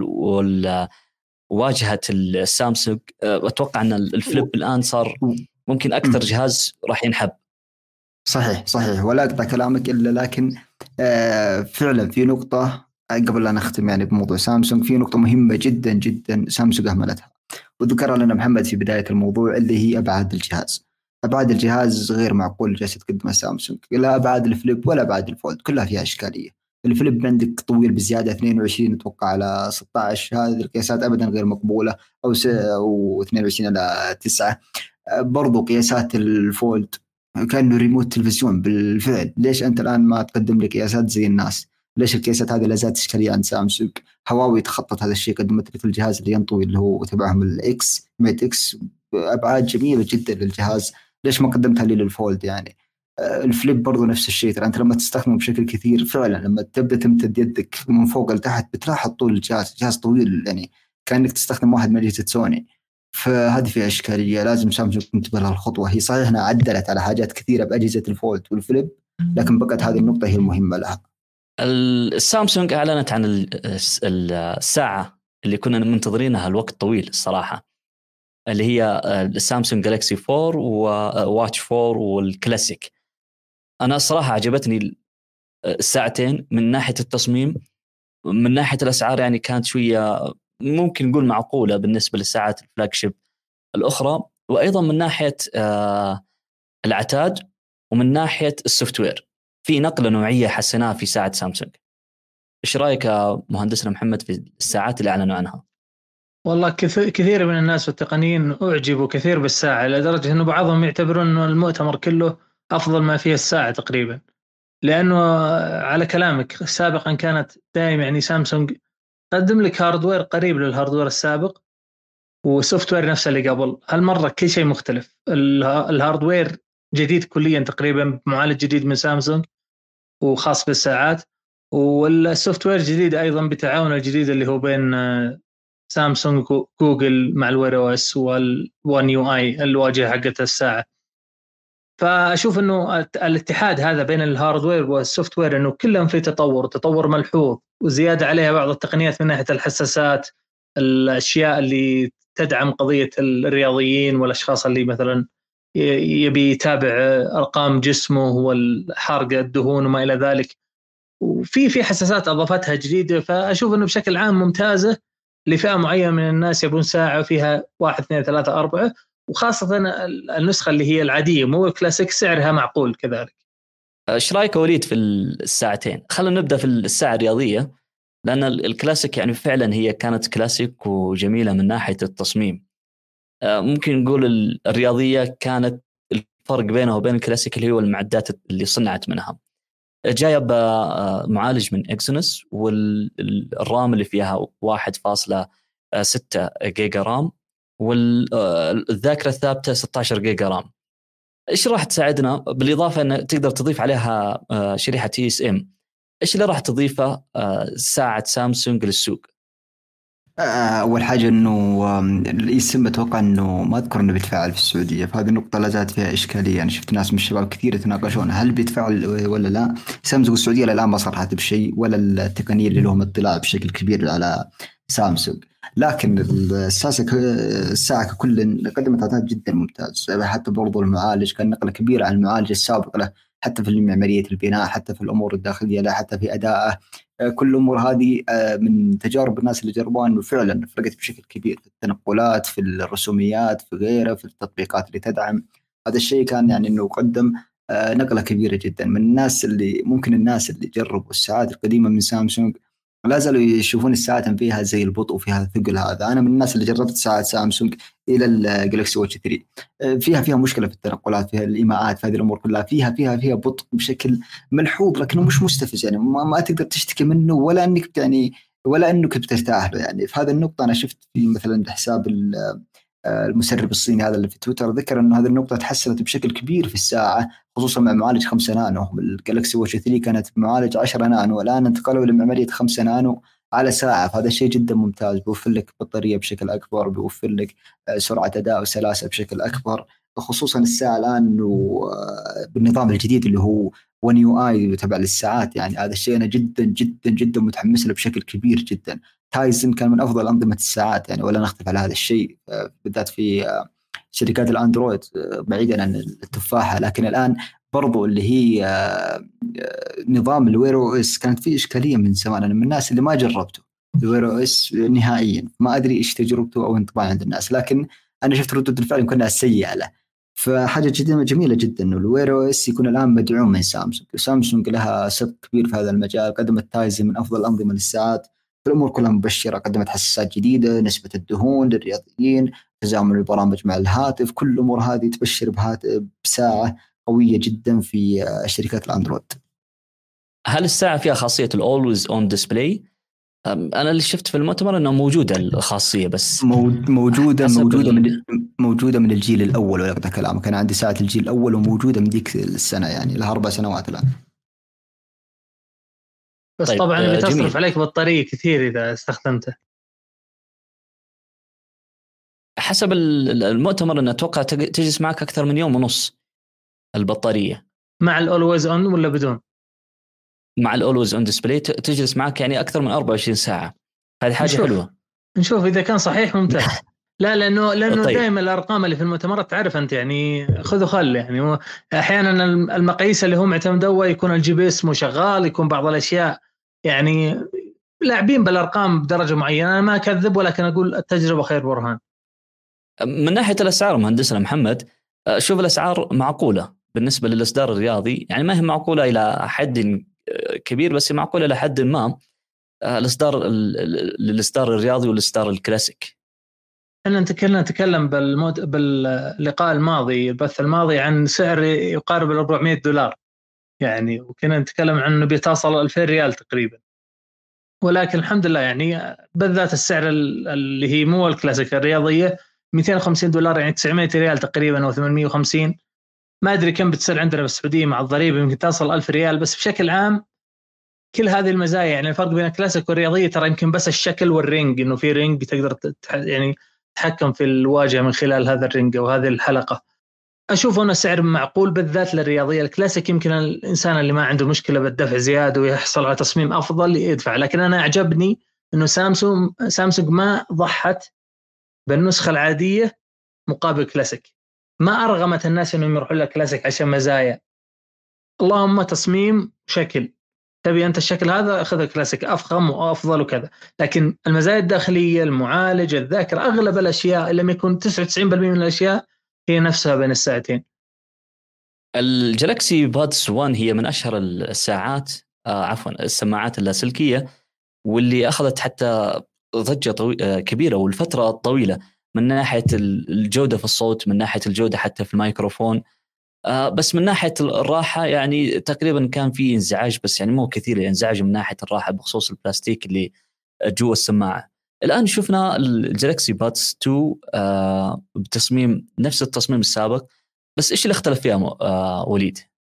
Speaker 2: وواجهة السامسونج، أتوقع أن الفليب الآن صار ممكن أكثر جهاز راح ينحب.
Speaker 4: صحيح صحيح، ولا أقطع كلامك إلا لكن آه فعلا في نقطة قبل أن أختم يعني بموضوع سامسونج، في نقطة مهمة جدا جدا سامسونج أهملتها وذكرها لنا محمد في بداية الموضوع، اللي هي أبعاد الجهاز. أبعاد الجهاز غير معقول جالسة تقدمها سامسونج، لا أبعاد الفليب ولا أبعاد الفولد، كلها فيها إشكالية. الفليب عندك طويل بزيادة اثنين وعشرين أتوقع على ستة عشر، هذه القياسات أبدا غير مقبولة، أو س... أو اثنين وعشرين على تسعة. برضو قياسات الفولد كأنه ريموت تلفزيون بالفعل. ليش أنت الآن ما تقدم لي قياسات زي الناس؟ ليش القياسات هذه لا زالت إشكالية عند سامسونج؟ هواوي تخطط هذا الشيء، قدمت لك الجهاز اللي ينطوي اللي هو تبعهم الإكس ميت إكس، أبعاد جميلة جدا للجهاز. ليش ما قدمتها لي للفولد يعني؟ الفليب برضو نفس الشيء، ترى أنت لما تستخدمه بشكل كثير فعلا لما تبدأ تمتد يدك من فوق لتحت بتلاحظ طول الجهاز، جهاز طويل يعني كأنك تستخدم واحد من أجهزة سوني. فهذه فيها إشكالية، لازم سامسونج تنتبه لها الخطوة. هي صحيح أنها عدلت على حاجات كثيرة بأجهزة الفولد والفليب، لكن بقت هذه النقطة هي المهمة لها.
Speaker 2: السامسونج أعلنت عن الساعة اللي كنا منتظرينها الوقت طويل الصراحة، اللي هي السامسونج جالاكسي فور وواتش فور والكلاسيك. أنا الصراحة عجبتني الساعتين من ناحية التصميم، من ناحية الأسعار يعني كانت شوية ممكن نقول معقولة بالنسبة للساعات الفلاجشيب الأخرى، وأيضا من ناحية العتاد ومن ناحية السوفت وير في نقلة نوعية حسناها في ساعة سامسونج. إيش رأيك مهندسنا محمد في الساعات اللي أعلنوا عنها؟
Speaker 3: والله كثير من الناس والتقنيين أعجبوا كثير بالساعة، لدرجة أنه بعضهم يعتبرون أنه المؤتمر كله أفضل ما فيه الساعة تقريبا، لأنه على كلامك سابقا كانت دائما يعني سامسونج قدم لك هاردوير قريب للهاردوير السابق وسوفت وير نفسه اللي قبل. هالمرة كل شيء مختلف، الهاردوير جديد كليا تقريبا، معالج جديد من سامسونج وخاص بالساعات، والسوفت وير جديد أيضا بتعاون الجديد اللي هو بين سامسونج وجوجل مع الوير او اس والون يو اي الواجهة حقت الساعة. فأشوف أنه الاتحاد هذا بين الهاردوير والسوفت وير أنه كلهم في تطور تطور ملحوظ، وزيادة عليها بعض التقنيات من ناحية الحساسات، الأشياء اللي تدعم قضية الرياضيين والأشخاص اللي مثلا يبي يتابع أرقام جسمه والحرق الدهون وما إلى ذلك، وفي في حساسات أضافتها جديدة. فأشوف أنه بشكل عام ممتازة لفئة معينة من الناس يبون ساعة فيها واحد اثنين ثلاثة أربعة، وخاصة النسخة اللي هي العادية مو الكلاسيك سعرها معقول كذلك.
Speaker 2: ايش رايك وليد في الساعتين؟ خلينا نبدا في الساعه الرياضيه، لان الكلاسيك يعني فعلا هي كانت كلاسيك وجميله من ناحيه التصميم. ممكن نقول الرياضيه كانت الفرق بينها وبين الكلاسيك اللي هو المعدات اللي صنعت منها. جايه بمعالج من اكسينوس، والرام اللي فيها واحد فاصلة ستة جيجا رام، والذاكره الثابته ستة عشر جيجا رام. ايش راح تساعدنا؟ بالاضافه ان تقدر تضيف عليها شريحه تي اس ام. ايش اللي راح تضيفه ساعه سامسونج للسوق؟
Speaker 4: اول حاجه انه الاي سم اتوقع انه ما اذكر انه بيتفعل في السعوديه، فهذه النقطه لا زالت فيها اشكاليه. انا شفت ناس من الشباب كثير يتناقشون هل بيتفعل ولا لا. سامسونج السعوديه الان ما صرحت بشيء، ولا التقنيه اللي لهم اطلاع بشكل كبير على سامسونج. لكن الساسة الساعة ككل قدمت عطاء جدا ممتاز، حتى برضو المعالج كان نقلة كبيرة عن المعالج السابق له، حتى في معمارية البناء، حتى في الأمور الداخلية له، حتى في أدائه. كل الأمور هذه من تجارب الناس اللي جربوها أنه فعلا فرقت بشكل كبير في التنقلات، في الرسوميات، في غيره، في التطبيقات اللي تدعم. هذا الشيء كان يعني أنه قدم نقلة كبيرة جدا. من الناس اللي ممكن الناس اللي جربوا الساعات القديمة من سامسونج لا زالوا يشوفون الساعات فيها زي البطء وفيها الثقل هذا. أنا من الناس اللي جربت ساعات سامسونج إلى الجلاكسي واتش ثري، فيها فيها مشكلة في التنقلات، فيها الإيماءات، في هذه الأمور كلها فيها فيها فيها بطء بشكل ملحوظ، لكنه مش مستفز يعني ما, ما تقدر تشتكي منه، ولا أنك يعني ولا أنك بترتاح له. يعني في هذا النقطة أنا شفت في مثلا حساب المسرب الصيني هذا اللي في تويتر ذكر أنه هذه النقطة تحسنت بشكل كبير في الساعة، خصوصا مع معالج خمسة نانو. الجلاكسي واتش ثري كانت معالج عشرة نانو، والآن انتقلوا لمعمارية خمسة نانو على ساعة. فهذا الشيء جدا ممتاز، بيوفر لك بطارية بشكل أكبر، بيوفر لك سرعة أداء وسلاسة بشكل أكبر. خصوصا الساعة الآن بالنظام الجديد اللي هو ون يو آي تبع للساعات، يعني هذا الشيء أنا جدا جدا جدا متحمس له بشكل كبير جدا. تايزن كان من أفضل أنظمة الساعات يعني، ولا نختلف على هذا الشيء، بالذات في شركات الأندرويد بعيدا عن التفاحة. لكن الآن برضو اللي هي نظام الوير او اس كانت فيه إشكالية من زمان. أنا من الناس اللي ما جربته الوير او اس نهائيا، ما أدري إيش تجربته أو انطباع عند الناس، لكن أنا شفت ردود الفعل كلها سيئة له. فحاجة جدا جميلة جدا إنه الوير او اس يكون الآن مدعوم من سامسونج. سامسونج لها سبق كبير في هذا المجال، قدمت تايزن من أفضل الأنظمة للساعات، الأمور كلها مبشرة، قدمت حساسات جديدة، نسبة الدهون للرياضيين، تزامن البرامج مع الهاتف، كل الأمور هذه تبشر بساعة قوية جدا في شركات الأندرويد.
Speaker 2: هل الساعة فيها خاصية الأولويز أون ديسبلاي؟ أنا اللي شفت في المؤتمر أنه موجودة الخاصية، بس
Speaker 4: موجودة موجودة من موجودة من الجيل الأول. ولا أقدر كلام كان عندي ساعة الجيل الأول وموجودة من ديك السنة، يعني لها أربع سنوات الآن.
Speaker 3: بس
Speaker 2: طيب
Speaker 3: طبعا بتصرف
Speaker 2: جميل.
Speaker 3: عليك بطارية كثير إذا استخدمته.
Speaker 2: حسب المؤتمر أن أتوقع تجلس معك أكثر من يوم ونص البطارية
Speaker 3: مع الأولويز أون ولا بدون؟
Speaker 2: مع الأولويز أون ديسبلاي تجلس معك يعني أكثر من أربعة وعشرين ساعة. هذه حاجة
Speaker 3: نشوف.
Speaker 2: حلوة.
Speaker 3: نشوف إذا كان صحيح ممتاز. لا لأنه لأنه
Speaker 2: طيب.
Speaker 3: دائما الأرقام اللي في المؤتمرات تعرف أنت يعني خذ وخل، يعني أحيانا المقاييس اللي هم معتمدوا يكون الجي بي اس مو شغال، يكون بعض الأشياء يعني لاعبين بالأرقام بدرجة معينة. أنا ما أكذب، ولكن أقول التجربة خير برهان.
Speaker 2: من ناحية الأسعار مهندسنا محمد، شوف الأسعار معقولة بالنسبة للإصدار الرياضي، يعني ما هي معقولة إلى حد كبير، بس معقولة إلى حد ما. الإصدار للإصدار الرياضي والإصدار الكلاسيك.
Speaker 3: أنا نتكلم نتكلم بالمود باللقاء الماضي البث الماضي عن سعر يقارب ال أربعمائة دولار يعني، وكنا نتكلم عن انه بيتصل ألفين ريال تقريبا، ولكن الحمد لله يعني بالذات السعر اللي هي مو الكلاسيك الرياضيه مئتين وخمسين دولار، يعني تسعمائة ريال تقريبا او ثمانمائة وخمسين، ما ادري كم بتصير عندنا بالسعوديه مع الضريبه، يمكن تصل ألف ريال. بس بشكل عام كل هذه المزايا، يعني الفرق بين الكلاسيك والرياضيه ترى يمكن بس الشكل والرينج، انه في رينج تقدر تتح... يعني تتحكم في الواجهه من خلال هذا الرينج او هذه الحلقه. اشوف انه سعر معقول بالذات للرياضيه. الكلاسيك يمكن الانسان اللي ما عنده مشكله بالدفع زياده ويحصل على تصميم افضل يدفع، لكن انا اعجبني انه سامسونج سامسونج ما ضحت بالنسخه العاديه مقابل كلاسيك، ما ارغمت الناس انهم يروحوا لك كلاسيك عشان مزايا، اللهم تصميم شكل، تبي انت الشكل هذا اخذ كلاسيك افخم وافضل وكذا. لكن المزايا الداخليه، المعالج، الذاكره، اغلب الاشياء لما يكون تسعة وتسعين بالمئة من الاشياء هي نفسها بين الساعتين.
Speaker 2: الجلاكسي بادز واحد هي من اشهر الساعات آه عفوا السماعات اللاسلكيه، واللي اخذت حتى ضجه طوي... آه كبيره والفتره طويله من ناحيه الجوده في الصوت، من ناحيه الجوده حتى في الميكروفون، آه بس من ناحيه الراحه يعني تقريبا كان في انزعاج، بس يعني مو كثير انزعاج من ناحيه الراحه بخصوص البلاستيك اللي جوا السماعه. الان شفنا الجلاكسي بادز اثنين آه بتصميم نفس التصميم السابق، بس ايش اللي اختلف فيها آه وليد؟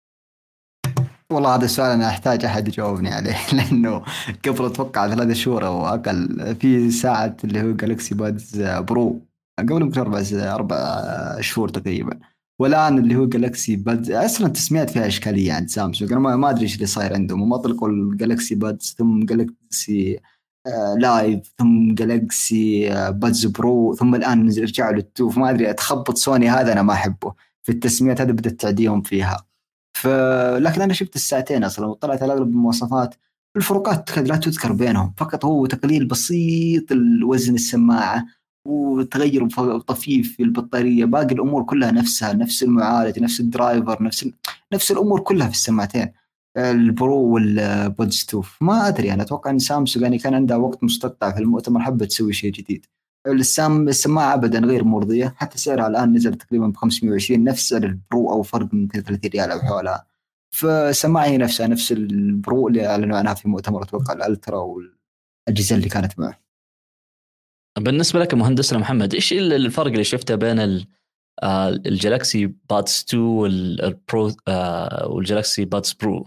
Speaker 4: والله هذا السؤال أنا أحتاج أحد يجاوبني عليه لأنه قبل أتوقع ثلاثة شهور أو أقل في ساعة اللي هو جالكسي بادز برو، قبل يمكن أربع أربع شهور تقريبا، والآن اللي هو جالكسي بادز أصلا تسميات فيها إشكالية عند سامسونج. أنا ما أدري إيش اللي صاير عندهم، وما طلقوا الجالكسي بادز ثم جالكسي آه لايف ثم جالكسي آه بادز برو ثم الآن رجعوا للتو، فما أدري أتخبط سوني هذا أنا ما أحبه في التسميات هذا، بدأت تعديهم فيها. ف... لكن أنا شفت الساعتين أصلا وطلعت على أغلب المواصفات، الفروقات لا تذكر بينهم، فقط هو تقليل بسيط الوزن السماعة وتغير طفيف في البطارية، باقي الأمور كلها نفسها، نفس المعالج، نفس الدرايفر، نفس نفس الأمور كلها في السماعتين البرو والبودز اثنين. ما أدري، أنا أتوقع أن سامسونج يعني كان عندها وقت مستقطع في المؤتمر، حبت تسوي شيء جديد. السام السماعة أبدا غير مرضية، حتى سعرها الآن نزل تقريبا ب خمسمائة وعشرين، نفس البرو أو فرق يمكن ثلاثين ريال أو حولها. فالسماعة هي نفسها نفس البرو اللي أعلنوا عنها في مؤتمر أتوقع الألترا والأجهزة اللي كانت معه.
Speaker 2: بالنسبة لك مهندسنا محمد، إيش الفرق اللي شفته بين الجلاكسي بادز اثنين والبرو والجلاكسي بادز برو؟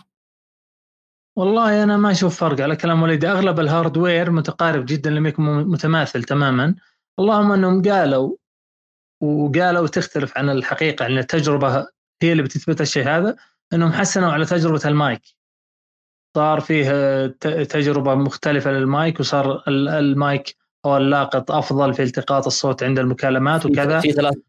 Speaker 3: والله أنا ما أشوف فرق على كلام وليد، أغلب الهاردوير متقارب جدا، لم يكن متماثل تماما، اللهم أنهم قالوا وقالوا تختلف عن الحقيقة، عن التجربة هي اللي بتثبت الشيء هذا، أنهم حسنوا على تجربة المايك، صار فيه تجربة مختلفة للمايك، وصار المايك أو اللاقط أفضل في التقاط الصوت عند المكالمات وكذا.
Speaker 2: في ثلاث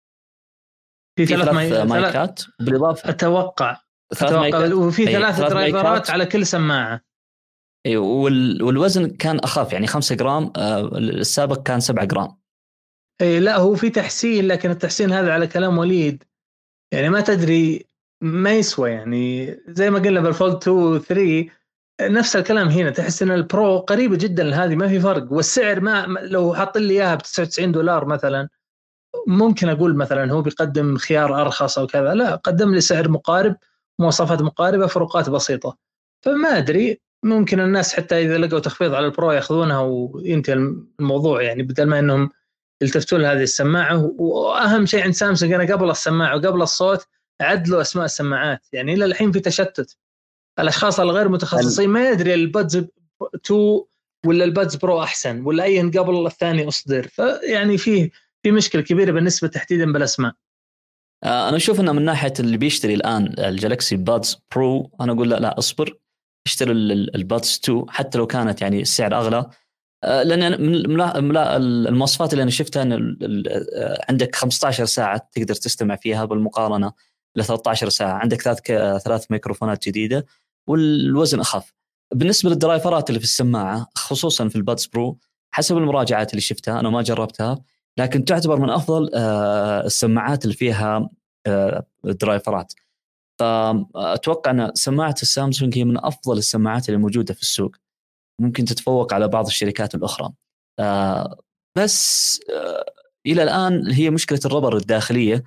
Speaker 3: في
Speaker 2: ثلاث,
Speaker 3: ثلاث
Speaker 2: ماي... مايكات بالإضافة،
Speaker 3: أتوقع
Speaker 2: ثلاث
Speaker 3: أتوقع
Speaker 2: مايكات.
Speaker 3: وفي ثلاث درايفرات
Speaker 2: مايكات
Speaker 3: على كل سماعة.
Speaker 2: أيوة، وال... والوزن كان أخف، يعني خمسة جرام، آه السابق كان سبعة جرام.
Speaker 3: أي لا، هو في تحسين، لكن التحسين هذا على كلام وليد يعني ما تدري ما يسوى، يعني زي ما قلنا بالفولد اثنين و ثلاثة نفس الكلام هنا، تحس ان البرو قريبه جدا لهذه، ما في فرق، والسعر ما لو حط لي اياها ب تسعة وتسعين دولار مثلا ممكن اقول مثلا هو بيقدم خيار ارخص او كذا، لا، قدم لي سعر مقارب، مواصفات مقاربه، فروقات بسيطه. فما ادري، ممكن الناس حتى اذا لقوا تخفيض على البرو ياخذونها وينتهي الموضوع، يعني بدل ما انهم يلتفتوا لهذه السماعه. واهم شيء عند سامسونج انا قبل السماعه وقبل الصوت عدلوا اسماء السماعات، يعني الى الحين في تشتت، الاشخاص الغير متخصصين ما يدري البادز اثنين ولا البادز برو احسن ولا اي قبل الثاني اصدر، فيعني فيه في مشكله كبيره بالنسبه تحديدا بالاسماء.
Speaker 2: انا اشوف انه من ناحيه اللي بيشتري الان الجلاكسي بادز برو، انا اقول لا لا اصبر، اشتري البادز اثنين حتى لو كانت يعني السعر اغلى، لان من المواصفات اللي انا شفتها ان عندك خمسة عشر ساعه تقدر تستمع فيها بالمقارنه ل ثلاثة عشر ساعه، عندك ثلاث ثلاث ميكروفونات جديده والوزن اخف. بالنسبه للدرايفرات اللي في السماعه خصوصا في البادز برو، حسب المراجعات اللي شفتها انا ما جربتها، لكن تعتبر من افضل السماعات اللي فيها درايفرات. فاتوقع ان سماعه السامسونج هي من افضل السماعات اللي موجوده في السوق، ممكن تتفوق على بعض الشركات الأخرى. آه بس آه إلى الآن هي مشكلة الربر الداخلية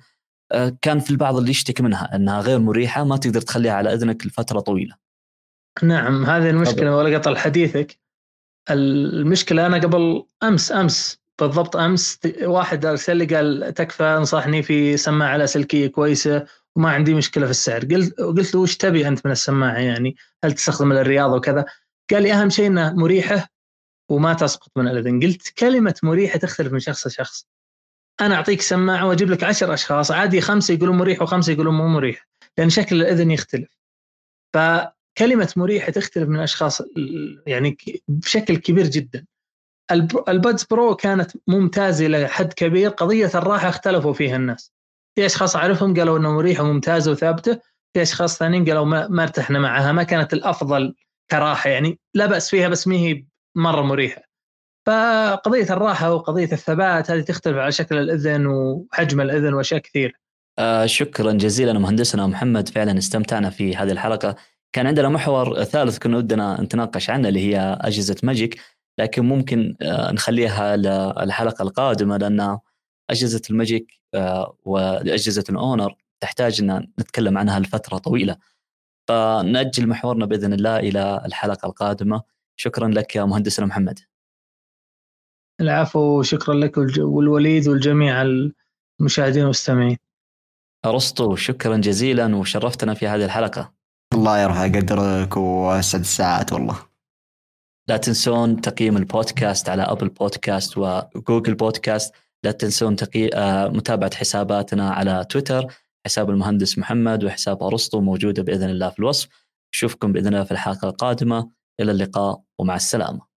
Speaker 2: كان في البعض اللي يشتكي منها أنها غير مريحة، ما تقدر تخليها على أذنك لفترة طويلة.
Speaker 3: نعم هذه المشكلة. ولا قطع حديثك، المشكلة أنا قبل أمس أمس بالضبط أمس واحد أرسل لي قال تكفى انصحني في سماعة لاسلكية كويسة وما عندي مشكلة في السعر. قلت قلت له وش تبي أنت من السماعة يعني؟ هل تستخدم للرياضة وكذا؟ قال لي أهم شيء إنها مريحة وما تسقط من الأذن. قلت كلمة مريحة تختلف من شخص لشخص. أنا أعطيك سماعة وأجيب لك عشر أشخاص عادي، خمسة يقولون مريح وخمسة يقولون مو مريح، لأن شكل الأذن يختلف. فكلمة مريحة تختلف من أشخاص يعني بشكل كبير جدا. البادز برو كانت ممتازة لحد كبير، قضية الراحة اختلفوا فيها الناس. في أشخاص أعرفهم قالوا أنه مريحة وممتازة وثابتة، في أشخاص ثانيين قالوا ما, ما ارتحنا معها، ما كانت الأفضل كراحة، يعني لا بأس فيها بس ميه مرة مريحة. فقضية الراحة وقضية الثبات هذه تختلف على شكل الأذن وحجم الأذن وأشياء كثير.
Speaker 2: آه شكرا جزيلا مهندسنا محمد، فعلا استمتعنا في هذه الحلقة. كان عندنا محور ثالث كنا ودنا نتناقش عنه اللي هي أجهزة ماجيك، لكن ممكن آه نخليها للحلقة القادمة، لأن أجهزة الماجيك آه وأجهزة الأونر تحتاج أن نتكلم عنها لفترة طويلة، فنأجل محورنا بإذن الله إلى الحلقة القادمة. شكرا لك يا مهندسنا محمد.
Speaker 3: العفو، شكرا لك والوليد والجميع المشاهدين والمستمعين.
Speaker 2: أرسطو شكرا جزيلا وشرفتنا في هذه الحلقة.
Speaker 4: الله يرفع قدرك وأسعد الساعات والله.
Speaker 2: لا تنسون تقييم البودكاست على أبل بودكاست وجوجل بودكاست. لا تنسون تقي... متابعة حساباتنا على تويتر، حساب المهندس محمد وحساب أرسطو موجودة بإذن الله في الوصف. نشوفكم بإذن الله في الحلقة القادمة. إلى اللقاء ومع السلامة.